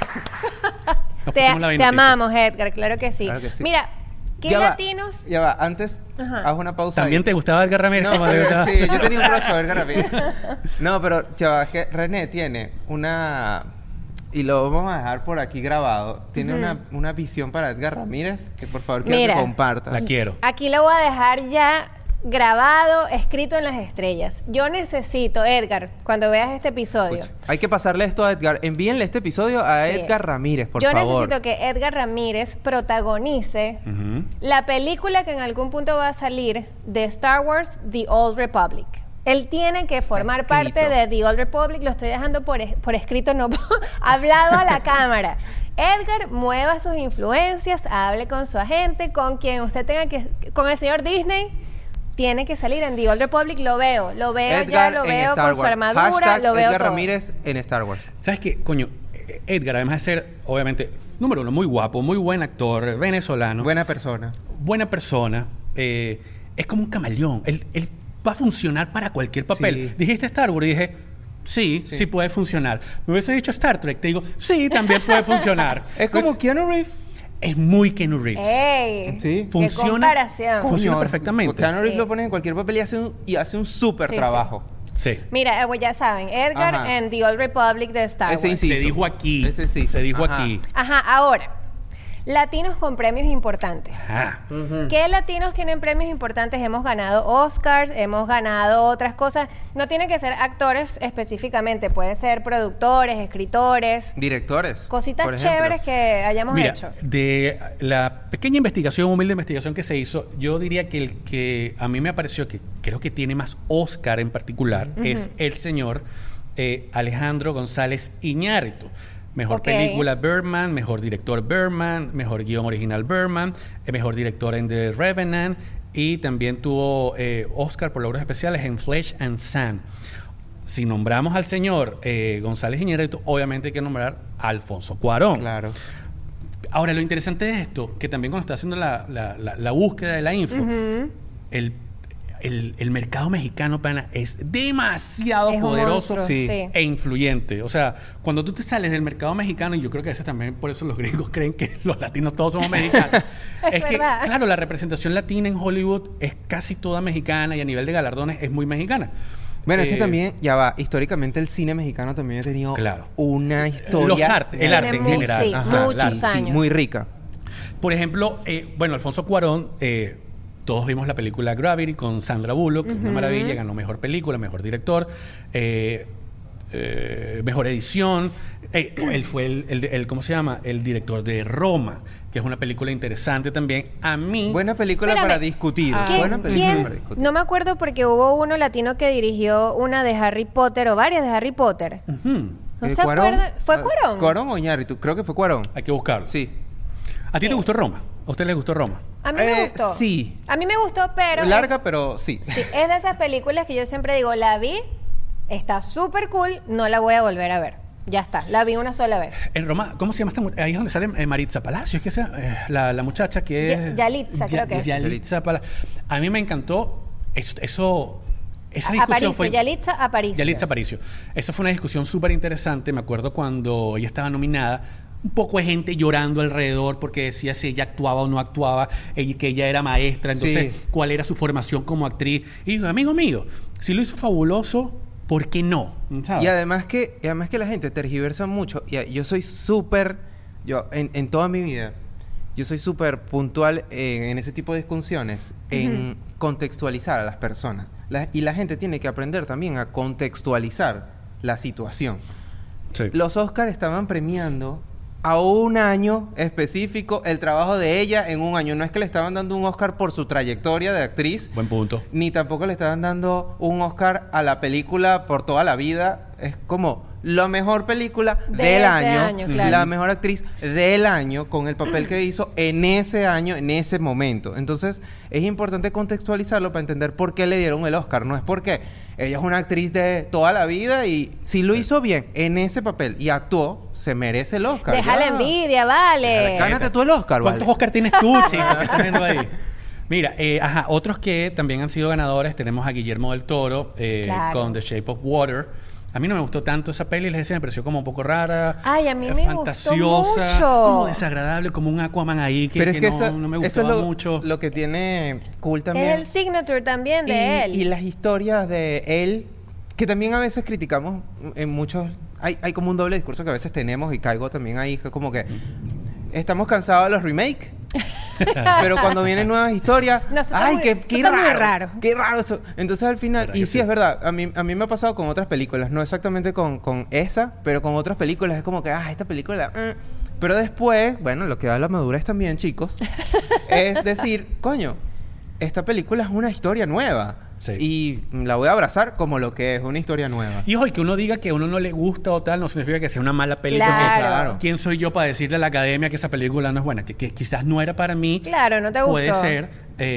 Te amamos, Edgar, claro que sí. Claro que sí. Mira, ¿qué Ya latinos? Ya va, antes haz una pausa. ¿También te gustaba Edgar Ramírez? No, sí, yo tenía un crush con Edgar Ramírez. No, pero chaval, es que René tiene una... Y lo vamos a dejar por aquí grabado. Tiene una visión para Edgar Ramírez que por favor quiero que compartas. La quiero. Aquí lo voy a dejar ya grabado, escrito en las estrellas. Yo necesito, Edgar, cuando veas este episodio... Escucha, hay que pasarle esto a Edgar. Envíenle este episodio a Edgar Ramírez, por favor. Yo necesito que Edgar Ramírez protagonice la película que en algún punto va a salir de Star Wars, The Old Republic. Él tiene que formar parte de The Old Republic. Lo estoy dejando por escrito, no hablado a la cámara. Edgar, mueva sus influencias, hable con su agente, con quien usted tenga que... Con el señor Disney... Tiene que salir en The Old Republic, lo veo Edgar ya, lo veo con su armadura, Hashtag lo veo Edgar todo. Ramírez en Star Wars. ¿Sabes qué? Coño, Edgar, además de ser, obviamente, número 1, muy guapo, muy buen actor, venezolano. Buena persona. Es como un camaleón. Él va a funcionar para cualquier papel. Sí. Dijiste Star Wars y dije... Sí puede funcionar. Me hubiese dicho Star Trek, te digo, sí, también puede funcionar. Es como Keanu Reeves. Es muy Keanu Reeves. ¡Ey! Sí. Funciona, ¡Qué comparación! funciona perfectamente. Keanu Reeves lo pones en cualquier papel y hace un súper trabajo. Sí. Mira, pues ya saben, Edgar en The Old Republic de Star Wars. Ese inciso. Se dijo aquí. Ese sí. Se dijo aquí. Ajá, ahora, Latinos con premios importantes. Ah. ¿Qué latinos tienen premios importantes? Hemos ganado Oscars, hemos ganado otras cosas. No tiene que ser actores específicamente, pueden ser productores, escritores, Directores. cositas por ejemplo. chéveres que hayamos Mira, hecho. de la pequeña investigación, humilde investigación que se hizo, yo diría que el que a mí me pareció que creo que tiene más Oscar en particular es el señor Alejandro González Iñárritu. Mejor Ok. película Birdman, mejor director Birdman, mejor guión original Birdman, mejor director en The Revenant y también tuvo Oscar por logros especiales en Flesh and Sand. Si nombramos al señor González Iñárritu, obviamente hay que nombrar a Alfonso Cuarón. Claro. Ahora, lo interesante de esto, que también cuando está haciendo la búsqueda de la info, el mercado mexicano, pana, es demasiado Es un poderoso monstruo, sí. e influyente. O sea, cuando tú te sales del mercado mexicano, y yo creo que a veces también por eso los gringos creen que los latinos todos somos mexicanos, Es que, verdad. claro, la representación latina en Hollywood es casi toda mexicana y a nivel de galardones es muy mexicana. Bueno, es que Eh, también, ya va, históricamente el cine mexicano también ha tenido Claro. una historia... Los artes, el arte en Tiene general. sí, Ajá, muchos sí, años. muy rica. Por ejemplo, bueno, Alfonso Cuarón, todos vimos la película Gravity con Sandra Bullock, una maravilla, ganó mejor película, mejor director, mejor edición. Él fue el ¿cómo se llama? El director de Roma, que es una película interesante también. A mí... Buena película Espérame. para discutir. Buena película para discutir. No me acuerdo porque hubo uno latino que dirigió una de Harry Potter o varias de Harry Potter. Ujú, ¿No se Cuarón, acuerda? ¿Fue Cuarón? ¿Cuarón o Iñárritu? Creo que fue Cuarón. hay que buscarlo. Sí. ¿A ti Sí. te gustó Roma? ¿A usted le gustó Roma? A mí me gustó. Sí. A mí me gustó, pero... Larga, pero sí. Sí, es de esas películas que yo siempre digo, la vi, está súper cool, no la voy a volver a ver. Ya está, la vi una sola vez. En Roma, ¿cómo se llama esta muchacha? Ahí es donde sale Maritza Palacios, que sea la muchacha que es... Yalitza, creo que es. Yalitza Palacios. A mí me encantó esa discusión Aparicio, fue... Yalitza Aparicio. Yalitza Aparicio. Eso fue una discusión súper interesante. Me acuerdo cuando ella estaba nominada, un poco de gente llorando alrededor porque decía si ella actuaba o no actuaba, que ella era maestra, entonces Sí. cuál era su formación como actriz. Y digo, amigo mío, si lo hizo fabuloso, ¿por qué no? ¿Sabes? Y además que la gente tergiversa mucho. Y yo soy súper... en toda mi vida, yo soy súper puntual en ese tipo de discusiones, en contextualizar a las personas. Y la gente tiene que aprender también a contextualizar la situación. Sí. Los Oscars estaban premiando a un año específico el trabajo de ella en un año. No es que le estaban dando un Oscar por su trayectoria de actriz, Buen punto. ni tampoco le estaban dando un Oscar a la película por toda la vida. Es como la mejor película De del ese año, año, claro. la mejor actriz del año con el papel que hizo en ese año, en ese momento. Entonces, es importante contextualizarlo para entender por qué le dieron el Oscar. No es porque ella es una actriz de toda la vida y si lo hizo bien en ese papel y actuó, se merece el Oscar. Deja la Ya. envidia, vale. Gánate tú el Oscar, ¿Cuántos vale. Oscar tienes tú, chico, que estás viendo ahí? Mira, otros que también han sido ganadores, tenemos a Guillermo del Toro Claro. con The Shape of Water. A mí no me gustó tanto esa peli, les decía, me pareció como un poco rara. Ay, a mí me fantasiosa, gustó mucho. como desagradable, como un Aquaman ahí que, Pero es que que no me eso gustaba es mucho. lo que tiene cool también. Es el signature también de él. Y las historias de él, que también a veces criticamos en muchos... Hay como un doble discurso que a veces tenemos y caigo también ahí, que como que estamos cansados de los remakes, pero cuando vienen nuevas historias, No, eso está ¡ay, muy- qué eso está muy raro! raro. ¡Qué raro eso! Entonces al final, ¿Verdad y que sí, sí? es verdad, a mí me ha pasado con otras películas, no exactamente con esa, pero con otras películas es como que, esta película... Pero después, bueno, lo que da la madurez también, chicos, es decir, coño, esta película es una historia nueva. Sí. Y la voy a abrazar como lo que es, una historia nueva. Y ojo, y que uno diga que a uno no le gusta o tal, no significa que sea una mala película. Claro. Claro. ¿Quién soy yo para decirle a la academia que esa película no es buena? Que quizás no era para mí. Claro, no te gustó. Puede ser,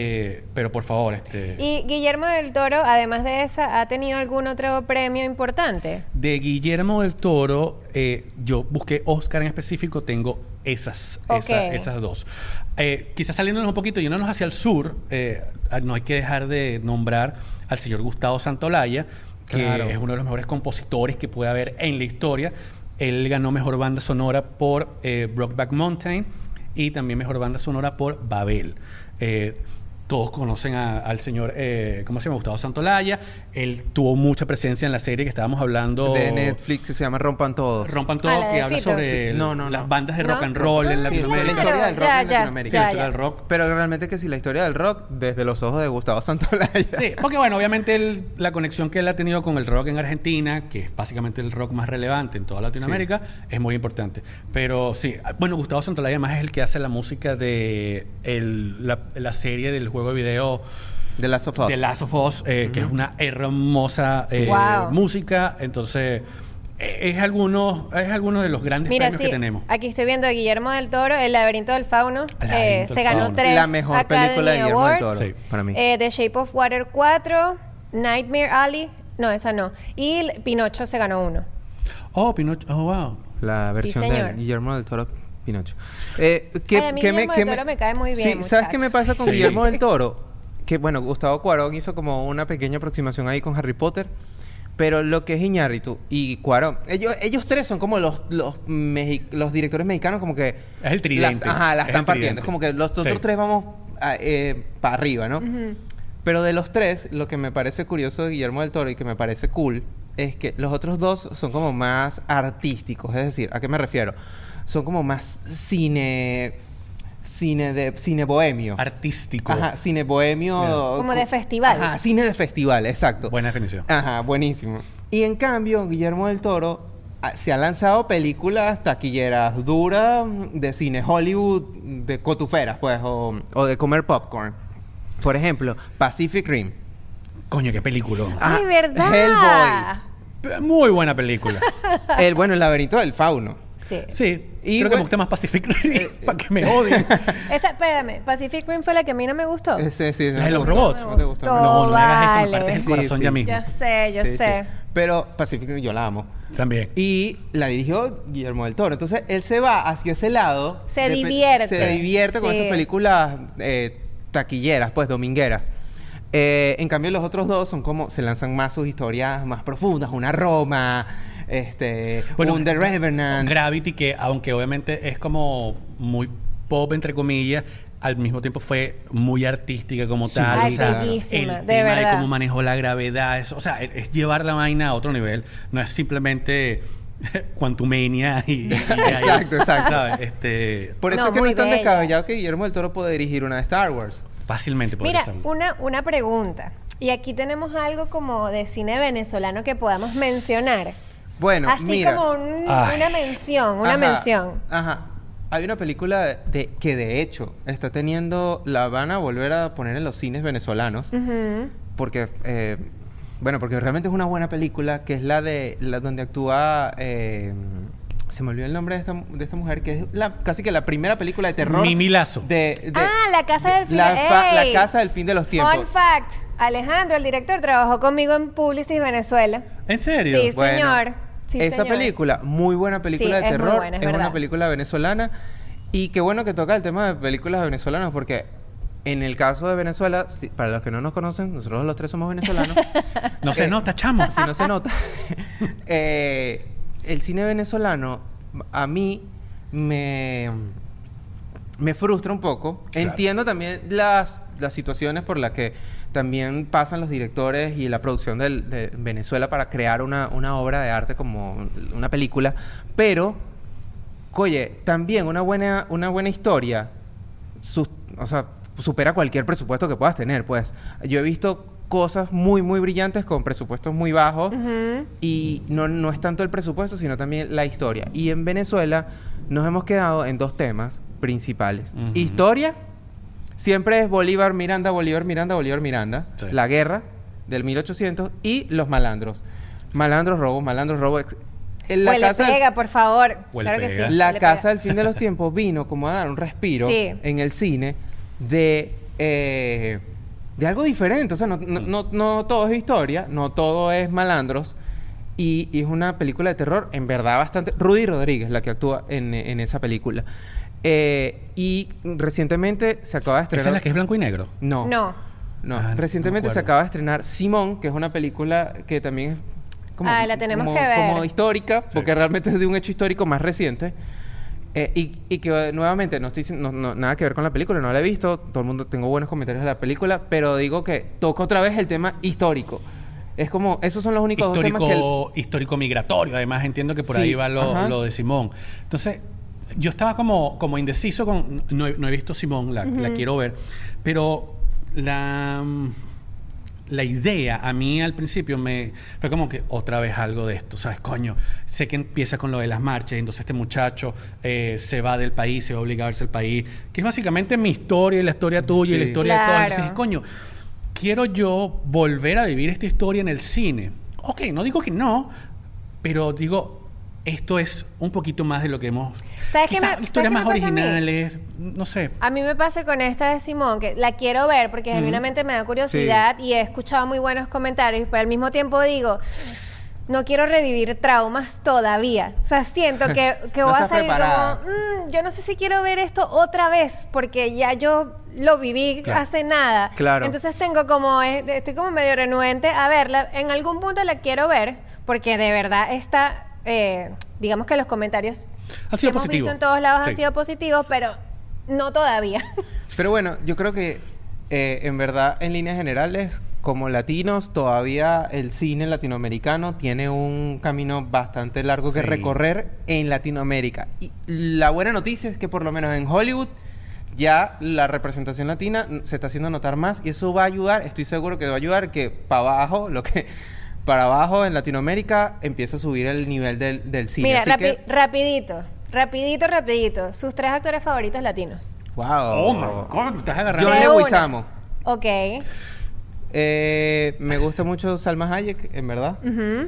pero por favor, Y Guillermo del Toro, además de esa, ¿ha tenido algún otro premio importante? De Guillermo del Toro, yo busqué Oscar en específico, tengo esas dos. Quizás saliéndonos un poquito, yéndonos hacia el sur, no hay que dejar de nombrar al señor Gustavo Santaolalla, que Claro. es uno de los mejores compositores que puede haber en la historia. Él ganó Mejor Banda Sonora por Brokeback Mountain y también Mejor Banda Sonora por Babel. todos conocen al señor, ¿cómo se llama? Gustavo Santaolalla. Él tuvo mucha presencia en la serie que estábamos hablando... De Netflix, que se llama Rompan Todos. Rompan Ah, Todo, la que de habla Fito. sobre las bandas de rock and roll en Sí, es la Latinoamérica. historia del rock en Ya, Latinoamérica. Sí, la ya. historia del rock. Pero realmente que sí, la historia del rock desde los ojos de Gustavo Santaolalla. Sí, porque bueno, obviamente la conexión que él ha tenido con el rock en Argentina, que es básicamente el rock más relevante en toda Latinoamérica, es muy importante. Pero sí, bueno, Gustavo Santaolalla además es el que hace la música de la serie del juego de video De Last of Us. The Last of Us, que es una hermosa Wow. música. Entonces, es alguno de los grandes Mira, premios sí, que tenemos. aquí estoy viendo a Guillermo del Toro, El laberinto del fauno. El laberinto Se del ganó fauno. 3 La mejor película de Guillermo del Awards. Toro, Sí. para mí. The Shape of Water 4, Nightmare Alley, no, esa no. Y Pinocho se ganó 1. Oh, Pinocho, oh, wow. La versión señor. de Guillermo del Toro, Pinocho. Ay, a mí Guillermo del Toro me cae muy bien, Sí, ¿sabes qué me muchachos? pasa con Sí. Guillermo del Toro? Que, bueno, Gustavo Cuarón hizo como una pequeña aproximación ahí con Harry Potter. Pero lo que es Iñárritu y Cuarón, ellos tres son como los directores mexicanos, como que... Es el tridente. La Es el están partiendo. tridente. Es como que los otros Sí. tres vamos para arriba, ¿no? Pero de los tres, lo que me parece curioso de Guillermo del Toro y que me parece cool es que los otros dos son como más artísticos. Es decir, ¿a qué me refiero? Son como más cine bohemio. Artístico. Ajá, cine bohemio. Bien. Como de festival. Ajá, cine de festival, exacto. Buena definición. Ajá, buenísimo. Y en cambio, Guillermo del Toro se ha lanzado películas taquilleras duras de cine Hollywood, de cotuferas, pues, o de comer popcorn. Por ejemplo, Pacific Rim. Coño, qué película. Ay, ¿verdad? Hellboy. Muy buena película. El laberinto del fauno. Sí. Sí. Y Creo que bueno- me gusta más Pacific Rim. Para que me odien. Espérame, Pacific Rim fue la que a mí no me gustó. Sí, La de los robots. No te gustó. No, No, no le hagas esto, me vale. partes el Sí, corazón sí. ya mismo. Yo sé, yo Sí, sé. sí. Pero Pacific Rim yo la amo. También. Y la dirigió Guillermo del Toro. Entonces, él se va hacia ese lado. Se divierte. Se divierte con Sí. esas películas taquilleras, pues, domingueras. En cambio, los otros dos son como... Se lanzan más sus historias más profundas. Una Roma, un The Revenant. Gravity, que aunque obviamente es como muy pop, entre comillas, al mismo tiempo fue muy artística como tal. Ay, o sea, bellísima, el de tema verdad. de cómo manejó la gravedad, eso, o sea, es llevar la vaina a otro nivel. No es simplemente Quantumania y Exacto. ¿sabes? Por eso No, es que no muy es tan bella. descabellado que Guillermo del Toro puede dirigir una de Star Wars. Fácilmente podría Mira, hacerlo. una pregunta. Y aquí tenemos algo como de cine venezolano que podamos mencionar. Bueno, Así mira. como Ay. una mención, una Ajá, mención. Ajá. Hay una película que de hecho está teniendo... La van a volver a poner en los cines venezolanos. Ujú. Porque... porque realmente es una buena película, que es donde actúa... se me olvidó el nombre de esta mujer, que es casi que la primera película de terror. Mimi Lazo. La Casa del Fin. La ¡Ey! Casa del Fin de los Tiempos. Fun fact. Alejandro, el director, trabajó conmigo en Publicis Venezuela. ¿En serio? Sí, Bueno, señor. Sí, esa señor. película, muy buena película Sí, de es muy terror. buena, es una verdad. película venezolana. Y qué bueno que toca el tema de películas venezolanas, porque en el caso de Venezuela, para los que no nos conocen, nosotros los tres somos venezolanos. No se nota, chamo. Si no se nota. El cine venezolano a mí me frustra un poco. Claro. Entiendo también las situaciones por las que también pasan los directores y la producción de Venezuela para crear una obra de arte como una película. Pero, oye, también una buena historia supera cualquier presupuesto que puedas tener, pues. Yo he visto cosas muy, muy brillantes con presupuestos muy bajos. Ujú. Y no es tanto el presupuesto, sino también la historia. Y en Venezuela nos hemos quedado en dos temas principales. Ujú. Historia, siempre es Bolívar, Miranda, Bolívar, Miranda, Bolívar, Miranda. Sí. La guerra del 1800 y los malandros. Malandros, robos. En la Huele casa del- pega, por favor. Huele Claro que pega. sí. la huele Casa pega. del Fin de los Tiempos vino como a dar un respiro Sí. en el cine de algo diferente. O sea, no todo es historia, no todo es malandros. Y es una película de terror, en verdad, bastante... Rudy Rodríguez, la que actúa en esa película. Y recientemente se acaba de estrenar... ¿Esa es la que es blanco y negro? No. No. Ah, Recientemente no me se acuerdo. acaba de estrenar Simón, que es una película que también es como, La tenemos que ver. como histórica, Sí. porque realmente es de un hecho histórico más reciente. Y que nuevamente no estoy nada que ver con la película, no la he visto, todo el mundo tengo buenos comentarios de la película, pero digo que toca otra vez el tema histórico. Es como, esos son los únicos dos temas que histórico migratorio, además entiendo que por Sí, ahí va ajá. lo de Simón. Entonces, yo estaba como indeciso con... No he visto Simón, la quiero ver, pero la idea a mí al principio fue como que otra vez algo de esto, ¿sabes? Coño, sé que empieza con lo de las marchas, entonces este muchacho se va del país, se va obligado a irse del país, que es básicamente mi historia y la historia tuya y la Sí. historia de todos. Claro. Entonces, coño, quiero yo volver a vivir esta historia en el cine. Ok, no digo que no, pero digo, esto es un poquito más de lo que hemos... ¿Sabes qué quizá me historias más pasa a mí? originales, no sé. A mí me pasa con esta de Simón, que la quiero ver porque genuinamente me da curiosidad y he escuchado muy buenos comentarios, pero al mismo tiempo digo, no quiero revivir traumas todavía. O sea, siento que No voy a estás salir preparada. como, yo no sé si quiero ver esto otra vez porque ya yo lo viví Claro. hace nada. Claro. Entonces estoy como medio renuente a verla. En algún punto la quiero ver porque de verdad está, digamos que los comentarios Han sido que hemos positivos. visto en todos lados han Sí. sido positivos, pero no todavía. Pero bueno, yo creo que en verdad, en líneas generales, como latinos, todavía el cine latinoamericano tiene un camino bastante largo que Sí. recorrer en Latinoamérica. Y la buena noticia es que por lo menos en Hollywood ya la representación latina se está haciendo notar más y eso va a ayudar, estoy seguro que va a ayudar que para abajo en Latinoamérica empieza a subir el nivel del cine. Mira, Así que, rapidito. Sus 3 actores favoritos latinos. wow. Oh my God, me estás agarrando. John De Leguizamo. una. Ok. Me gusta mucho Salma Hayek, en verdad. Ujú.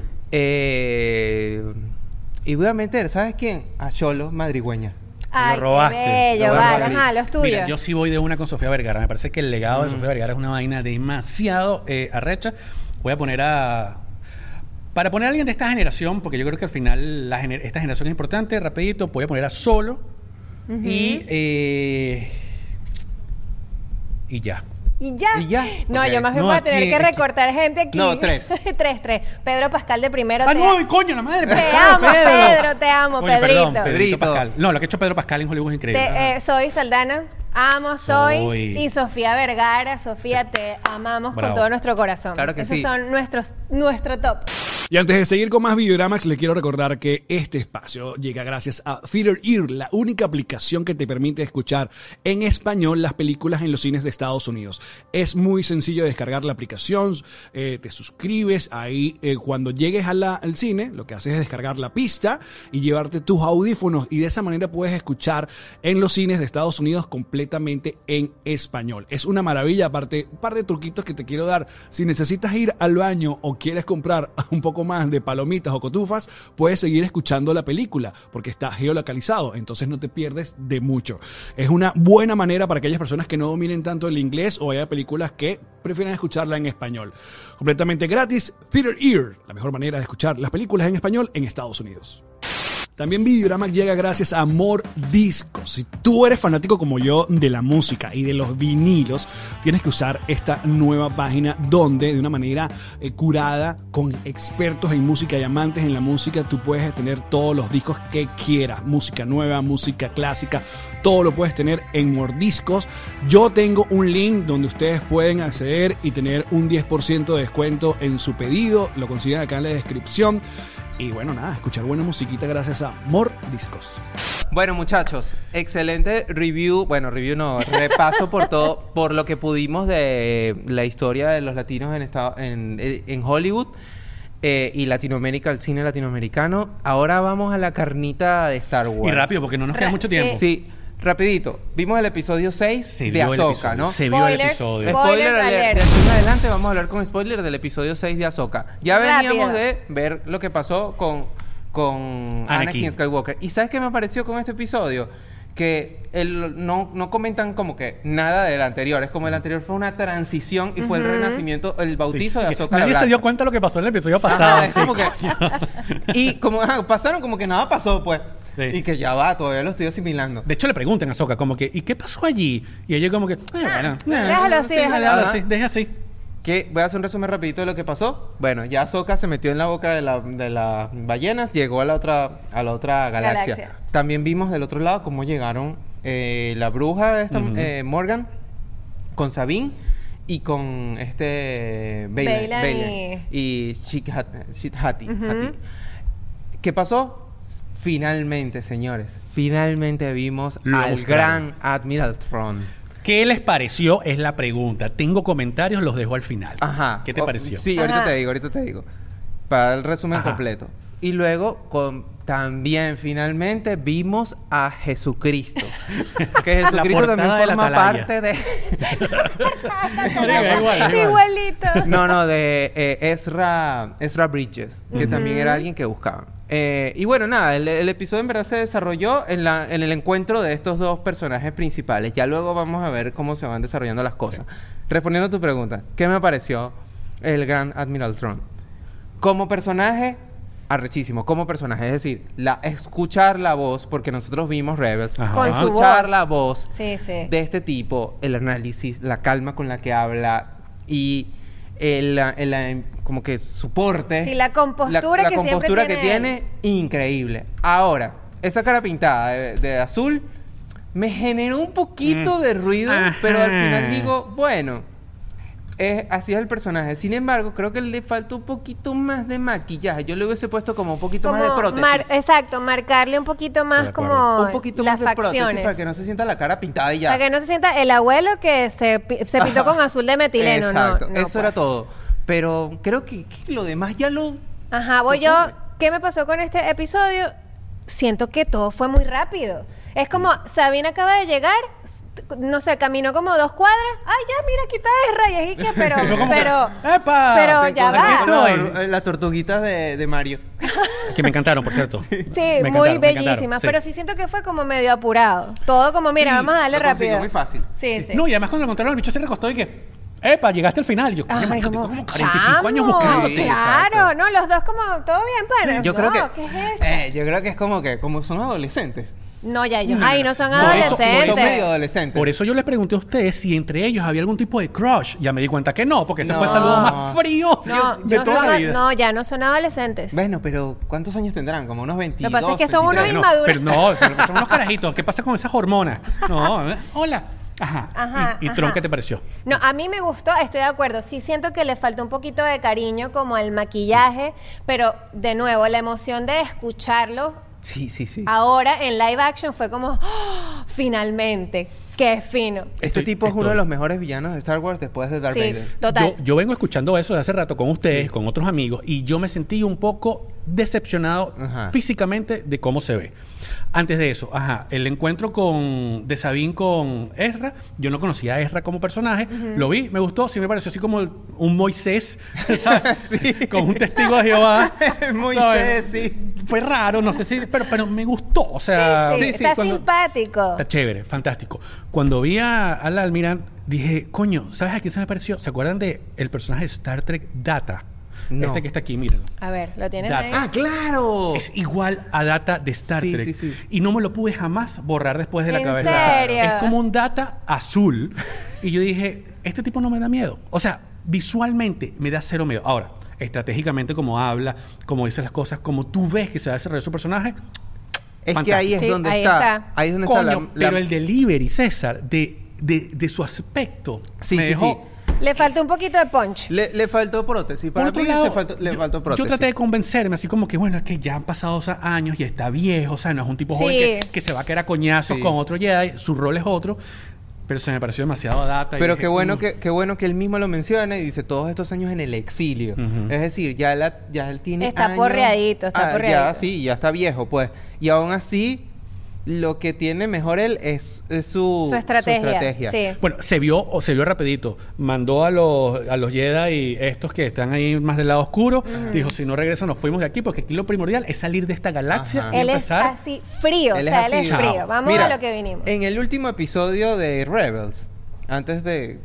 Y voy a meter, ¿sabes quién? A Xolo Madrigüeña. Ay, Lo robaste. qué bello, Lo vale. robaste. Ajá, los tuyos. Mira, yo sí voy de una con Sofía Vergara. Me parece que el legado de Sofía Vergara es una vaina demasiado arrecha. Voy a poner para poner a alguien de esta generación, porque yo creo que al final esta generación es importante, rapidito, voy a poner a Solo y ya. ¿Y ya? ¿Y ya? No, Ok. yo más bien No, voy a aquí- tener que aquí- recortar gente aquí. No, 3. 3. Pedro Pascal de primero. ¡Ah, te no! ¡Coño, la madre! Te amo, Pedro, te amo, Coño, perdón, Pedrito. Pedrito Pedrito. Pascal. No, lo que ha hecho Pedro Pascal en Hollywood es increíble. Soy Saldana. Amo, soy. Soy. Y Sofía Vergara. Sofía, te amamos Bravo. con todo nuestro corazón. Claro que Esos sí. son nuestro top. Y antes de seguir con más Videoramax, les quiero recordar que este espacio llega gracias a Theater Ear, la única aplicación que te permite escuchar en español las películas en los cines de Estados Unidos. Es muy sencillo descargar la aplicación, te suscribes, ahí cuando llegues al cine, lo que haces es descargar la pista y llevarte tus audífonos y de esa manera puedes escuchar en los cines de Estados Unidos completamente en español. Es una maravilla, aparte, un par de truquitos que te quiero dar. Si necesitas ir al baño o quieres comprar un poco más de palomitas o cotufas, puedes seguir escuchando la película porque está geolocalizado, entonces no te pierdes de mucho. Es una buena manera para aquellas personas que no dominen tanto el inglés o haya películas que prefieren escucharla en español. Completamente gratis, Theater Ear, la mejor manera de escuchar las películas en español en Estados Unidos. También Videoramax llega gracias a Mordiscos. Si tú eres fanático como yo de la música y de los vinilos, tienes que usar esta nueva página donde de una manera curada, con expertos en música y amantes en la música, tú puedes tener todos los discos que quieras. Música nueva, música clásica, todo lo puedes tener en Mordiscos. Yo tengo un link donde ustedes pueden acceder y tener un 10% de descuento en su pedido. Lo consiguen acá en la descripción. Y bueno, nada, escuchar buena musiquita gracias a Mordiscos. Bueno, muchachos, excelente review. Bueno, review no, repaso por lo que pudimos de la historia de los latinos en Hollywood y Latinoamérica, el cine latinoamericano. Ahora vamos a la carnita de Star Wars. Y rápido, porque no nos queda mucho Sí. tiempo. Sí, rapidito. Vimos el episodio 6 Se de vio el Ahsoka, episodio, ¿no? se vio el Spoilers. episodio. Spoilers alert. alert. De aquí en adelante vamos a hablar con spoiler del episodio 6 de Ahsoka. Ya veníamos Rápido. de ver lo que pasó con Anakin Skywalker. ¿Y sabes qué me pareció con este episodio? Que no comentan como que nada del anterior. Es como el anterior fue una transición y fue el renacimiento, el bautizo de Ahsoka la Nadie se Blanca. dio cuenta de lo que pasó en el episodio pasado. Ajá, es sí. como que... y como pasaron como que nada pasó, pues. Sí. Y que ya va, todavía lo estoy asimilando. De hecho, le preguntan a Ahsoka como que, ¿y qué pasó allí? Y ella como que, bueno, déjalo así, déjalo deja así. Voy a hacer un resumen rapidito de lo que pasó. Bueno, ya Ahsoka se metió en la boca de las ballenas, llegó a la otra galaxia. También vimos del otro lado cómo llegaron la bruja esta, Morgan con Sabine y con Baylan y Shit-Hattie. ¿Qué pasó? Finalmente, señores, vimos Lo al mostraron. gran Admiral Thrawn. ¿Qué les pareció? Es la pregunta. Tengo comentarios, los dejo al final. Ajá. ¿Qué te pareció? Sí, ahorita te digo. Para dar el resumen Ajá. completo. Y luego, también, finalmente, vimos a Jesucristo. Que Jesucristo también portada de la forma atalaya. parte de... Igualito. No, de Ezra Bridges, que también era alguien que buscaban. Y bueno, nada, el episodio en verdad se desarrolló en el encuentro de estos dos personajes principales. Ya luego vamos a ver cómo se van desarrollando las cosas. Respondiendo a tu pregunta, ¿qué me pareció el gran Admiral Thrawn? Como personaje, arrechísimo. Como personaje, es decir, escuchar la voz, porque nosotros vimos Rebels, Ajá. Con su escuchar voz. la voz Sí. de este tipo, el análisis, la calma con la que habla y como que soporte. Sí, la compostura que siempre compostura que tiene tiene, increíble. Ahora, esa cara pintada de azul me generó un poquito de ruido, Ajá. pero al final digo, bueno, así es el personaje. Sin embargo, creo que le faltó un poquito más de maquillaje. Yo le hubiese puesto como un poquito más de prótesis. Exacto, marcarle un poquito más De acuerdo. como Un poquito las más de prótesis facciones. para que no se sienta la cara pintada y ya. Para que no se sienta el abuelo que se pintó con azul de metileno. Exacto, no, eso era todo. Pero creo que lo demás ya lo... Ajá, voy yo. ¿Qué me pasó con este episodio? Siento que todo fue muy rápido. Es como, Sabine acaba de llegar, no sé, caminó como 2 cuadras. Ay, ya, mira, aquí está Ezra. Y es que, ¡Epa! pero ya Aquí va. estoy. Las tortuguitas de Mario. Que me encantaron, por cierto. Sí, Me muy encantaron, me bellísimas. encantaron, sí. Pero sí siento que fue como medio apurado. Todo como, mira, Sí, vamos a darle lo consiguió rápido. muy fácil. Sí. No, y además cuando encontraron el bicho se recostó y que... ¡Epa! Llegaste al final. Y yo, coño, Ay, marico, tengo como, como 45 años chamo, buscándote. Sí, Claro, exacto. no, los dos como, todo bien, pero Yo no, creo que... ¿qué es eso? yo creo que es como son adolescentes. No, ya yo. No, Ay, no, no son no, eso- adolescentes. Son medio adolescentes. Por eso yo les pregunté a ustedes si entre ellos había algún tipo de crush. Ya me di cuenta que no, porque ese fue el No. saludo más frío No, de toda la vida. no, ya no son adolescentes. Bueno, pero ¿cuántos años tendrán? Como unos 22, Lo que pasa es que son unos 23. inmaduros. Pero no, son unos carajitos. ¿Qué pasa con esas hormonas? No, hola. Ajá. Ajá, ¿Y Tron ajá. qué te pareció? No, a mí me gustó, estoy de acuerdo. Sí siento que le falta un poquito de cariño como al maquillaje, pero de nuevo, la emoción de escucharlo Sí. ahora en live action fue como, ¡oh! Finalmente, qué fino. Este tipo es uno de los mejores villanos de Star Wars después de Darth Sí, Vader. total. Yo vengo escuchando eso de hace rato con ustedes, con otros amigos, y yo me sentí un poco decepcionado Ajá. físicamente de cómo se ve. Antes de eso, el encuentro de Sabine con Ezra, yo no conocía a Ezra como personaje, lo vi, me gustó, sí me pareció así como un Moisés, ¿sabes? Sí. Con un testigo de Jehová. Moisés, ¿sabes? sí. Fue raro, no sé si, pero me gustó, o sea... Sí, está cuando- simpático. Está chévere, fantástico. Cuando vi al almirante, dije, coño, ¿sabes a quién se me pareció? ¿Se acuerdan de el personaje de Star Trek Data? No. Este que está aquí, mírenlo. A ver, ¿lo tienes Data. ahí? ¡Ah, claro! Es igual a Data de Star Sí, Trek. sí. Y no me lo pude jamás borrar después de la ¿En cabeza. serio? Es como un Data azul. Y yo dije, este tipo no me da miedo. O sea, visualmente me da cero miedo. Ahora, estratégicamente, como habla, como dice las cosas, como tú ves que se va a desarrollar su personaje. Es que ahí es Sí, donde ahí está. está. Ahí es donde Coño, está la... pero el delivery, César, de su aspecto, Sí, me sí, dejó... Le falta un poquito de punch. Le faltó prótesis. Por Para otro mí lado, le faltó prótesis. yo traté de convencerme, así como que, bueno, es que ya han pasado años y está viejo, o sea, no es un tipo Sí. joven que se va a quedar a coñazos Sí. con otro Jedi, su rol es otro, pero se me pareció demasiado Data. y Pero dije, qué bueno que él mismo lo menciona y dice todos estos años en el exilio. Ujú. Es decir, ya él tiene Está años- porreadito, está Ya, porreadito. sí, ya está viejo, pues. Y aún así, lo que tiene mejor él es su estrategia. Sí. Bueno, se vio rapidito. Mandó a los Jedi estos que están ahí más del lado oscuro. Dijo, si no regresan, nos fuimos de aquí, porque aquí lo primordial es salir de esta galaxia Ajá. y Él es empezar. así frío, Él o sea, es él es así. frío. Chao. Vamos Mira, a lo que vinimos. En el último episodio de Rebels, antes de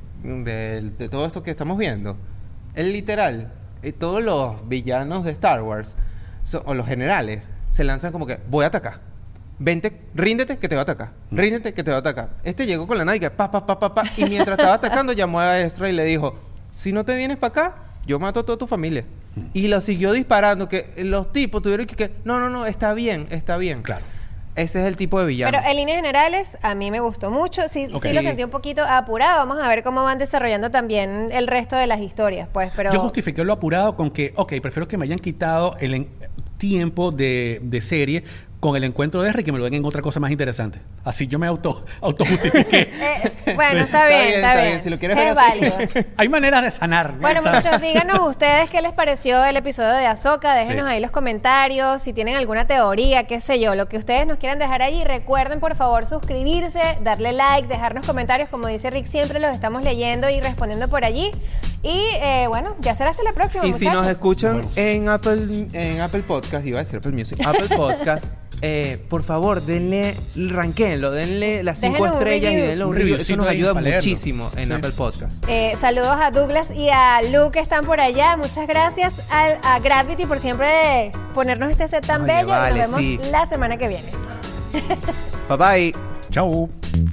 todo esto que estamos viendo, él literal, todos los villanos de Star Wars, o los generales, se lanzan como que, voy a atacar. Vente, ríndete que te va a atacar. Ríndete que te va a atacar. Este llegó con la nave que pa, y mientras estaba atacando llamó a Ezra y le dijo, si no te vienes para acá, yo mato a toda tu familia. Y lo siguió disparando, que los tipos tuvieron que no, está bien. Claro. Ese es el tipo de villano. Pero en líneas generales, a mí me gustó mucho. Sí, Ok. sí lo sentí un poquito apurado. Vamos a ver cómo van desarrollando también el resto de las historias, pues. Pero Yo justifiqué lo apurado con que, prefiero que me hayan quitado el tiempo de serie con el encuentro de R y que me lo den en otra cosa más interesante. Así yo me autojustifiqué. bueno, está bien. Si lo quieres es ver así. válido. Hay maneras de sanar. Bueno, ¿sabes? muchachos, díganos ustedes qué les pareció el episodio de Ahsoka. Déjenos Sí. ahí los comentarios, si tienen alguna teoría, qué sé yo, lo que ustedes nos quieran dejar allí. Recuerden, por favor, suscribirse, darle like, dejarnos comentarios. Como dice Rick, siempre los estamos leyendo y respondiendo por allí. Y bueno, ya será hasta la próxima, Y muchachos. si nos escuchan Nos en Apple Podcast, iba a decir Apple Music, Apple Podcast, por favor, ranquéenlo, denle las 5 Déjenos un estrellas y review. denle un Un review. Eso reviewcito nos ahí ayuda para leerlo. muchísimo en Sí. Apple Podcast. Saludos a Douglas y a Luke que están por allá. Muchas gracias a Gravity por siempre ponernos este set tan Oye, bello. vale, Nos vemos sí. la semana que viene. Bye bye. Chau.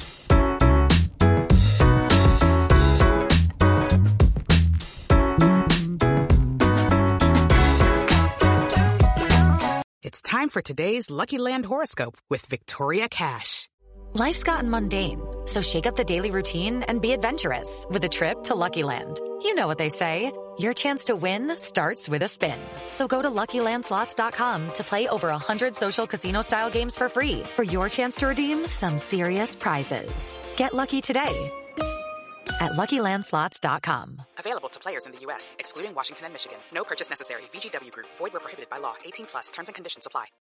It's time for today's Lucky Land horoscope with Victoria Cash. Life's gotten mundane, so shake up the daily routine and be adventurous with a trip to Lucky Land. You know what they say, your chance to win starts with a spin. So go to LuckyLandSlots.com to play over 100 social casino-style games for free for your chance to redeem some serious prizes. Get lucky today at LuckyLandSlots.com. Available to players in the U.S., excluding Washington and Michigan. No purchase necessary. VGW Group. Void where prohibited by law. 18+. Terms and conditions apply.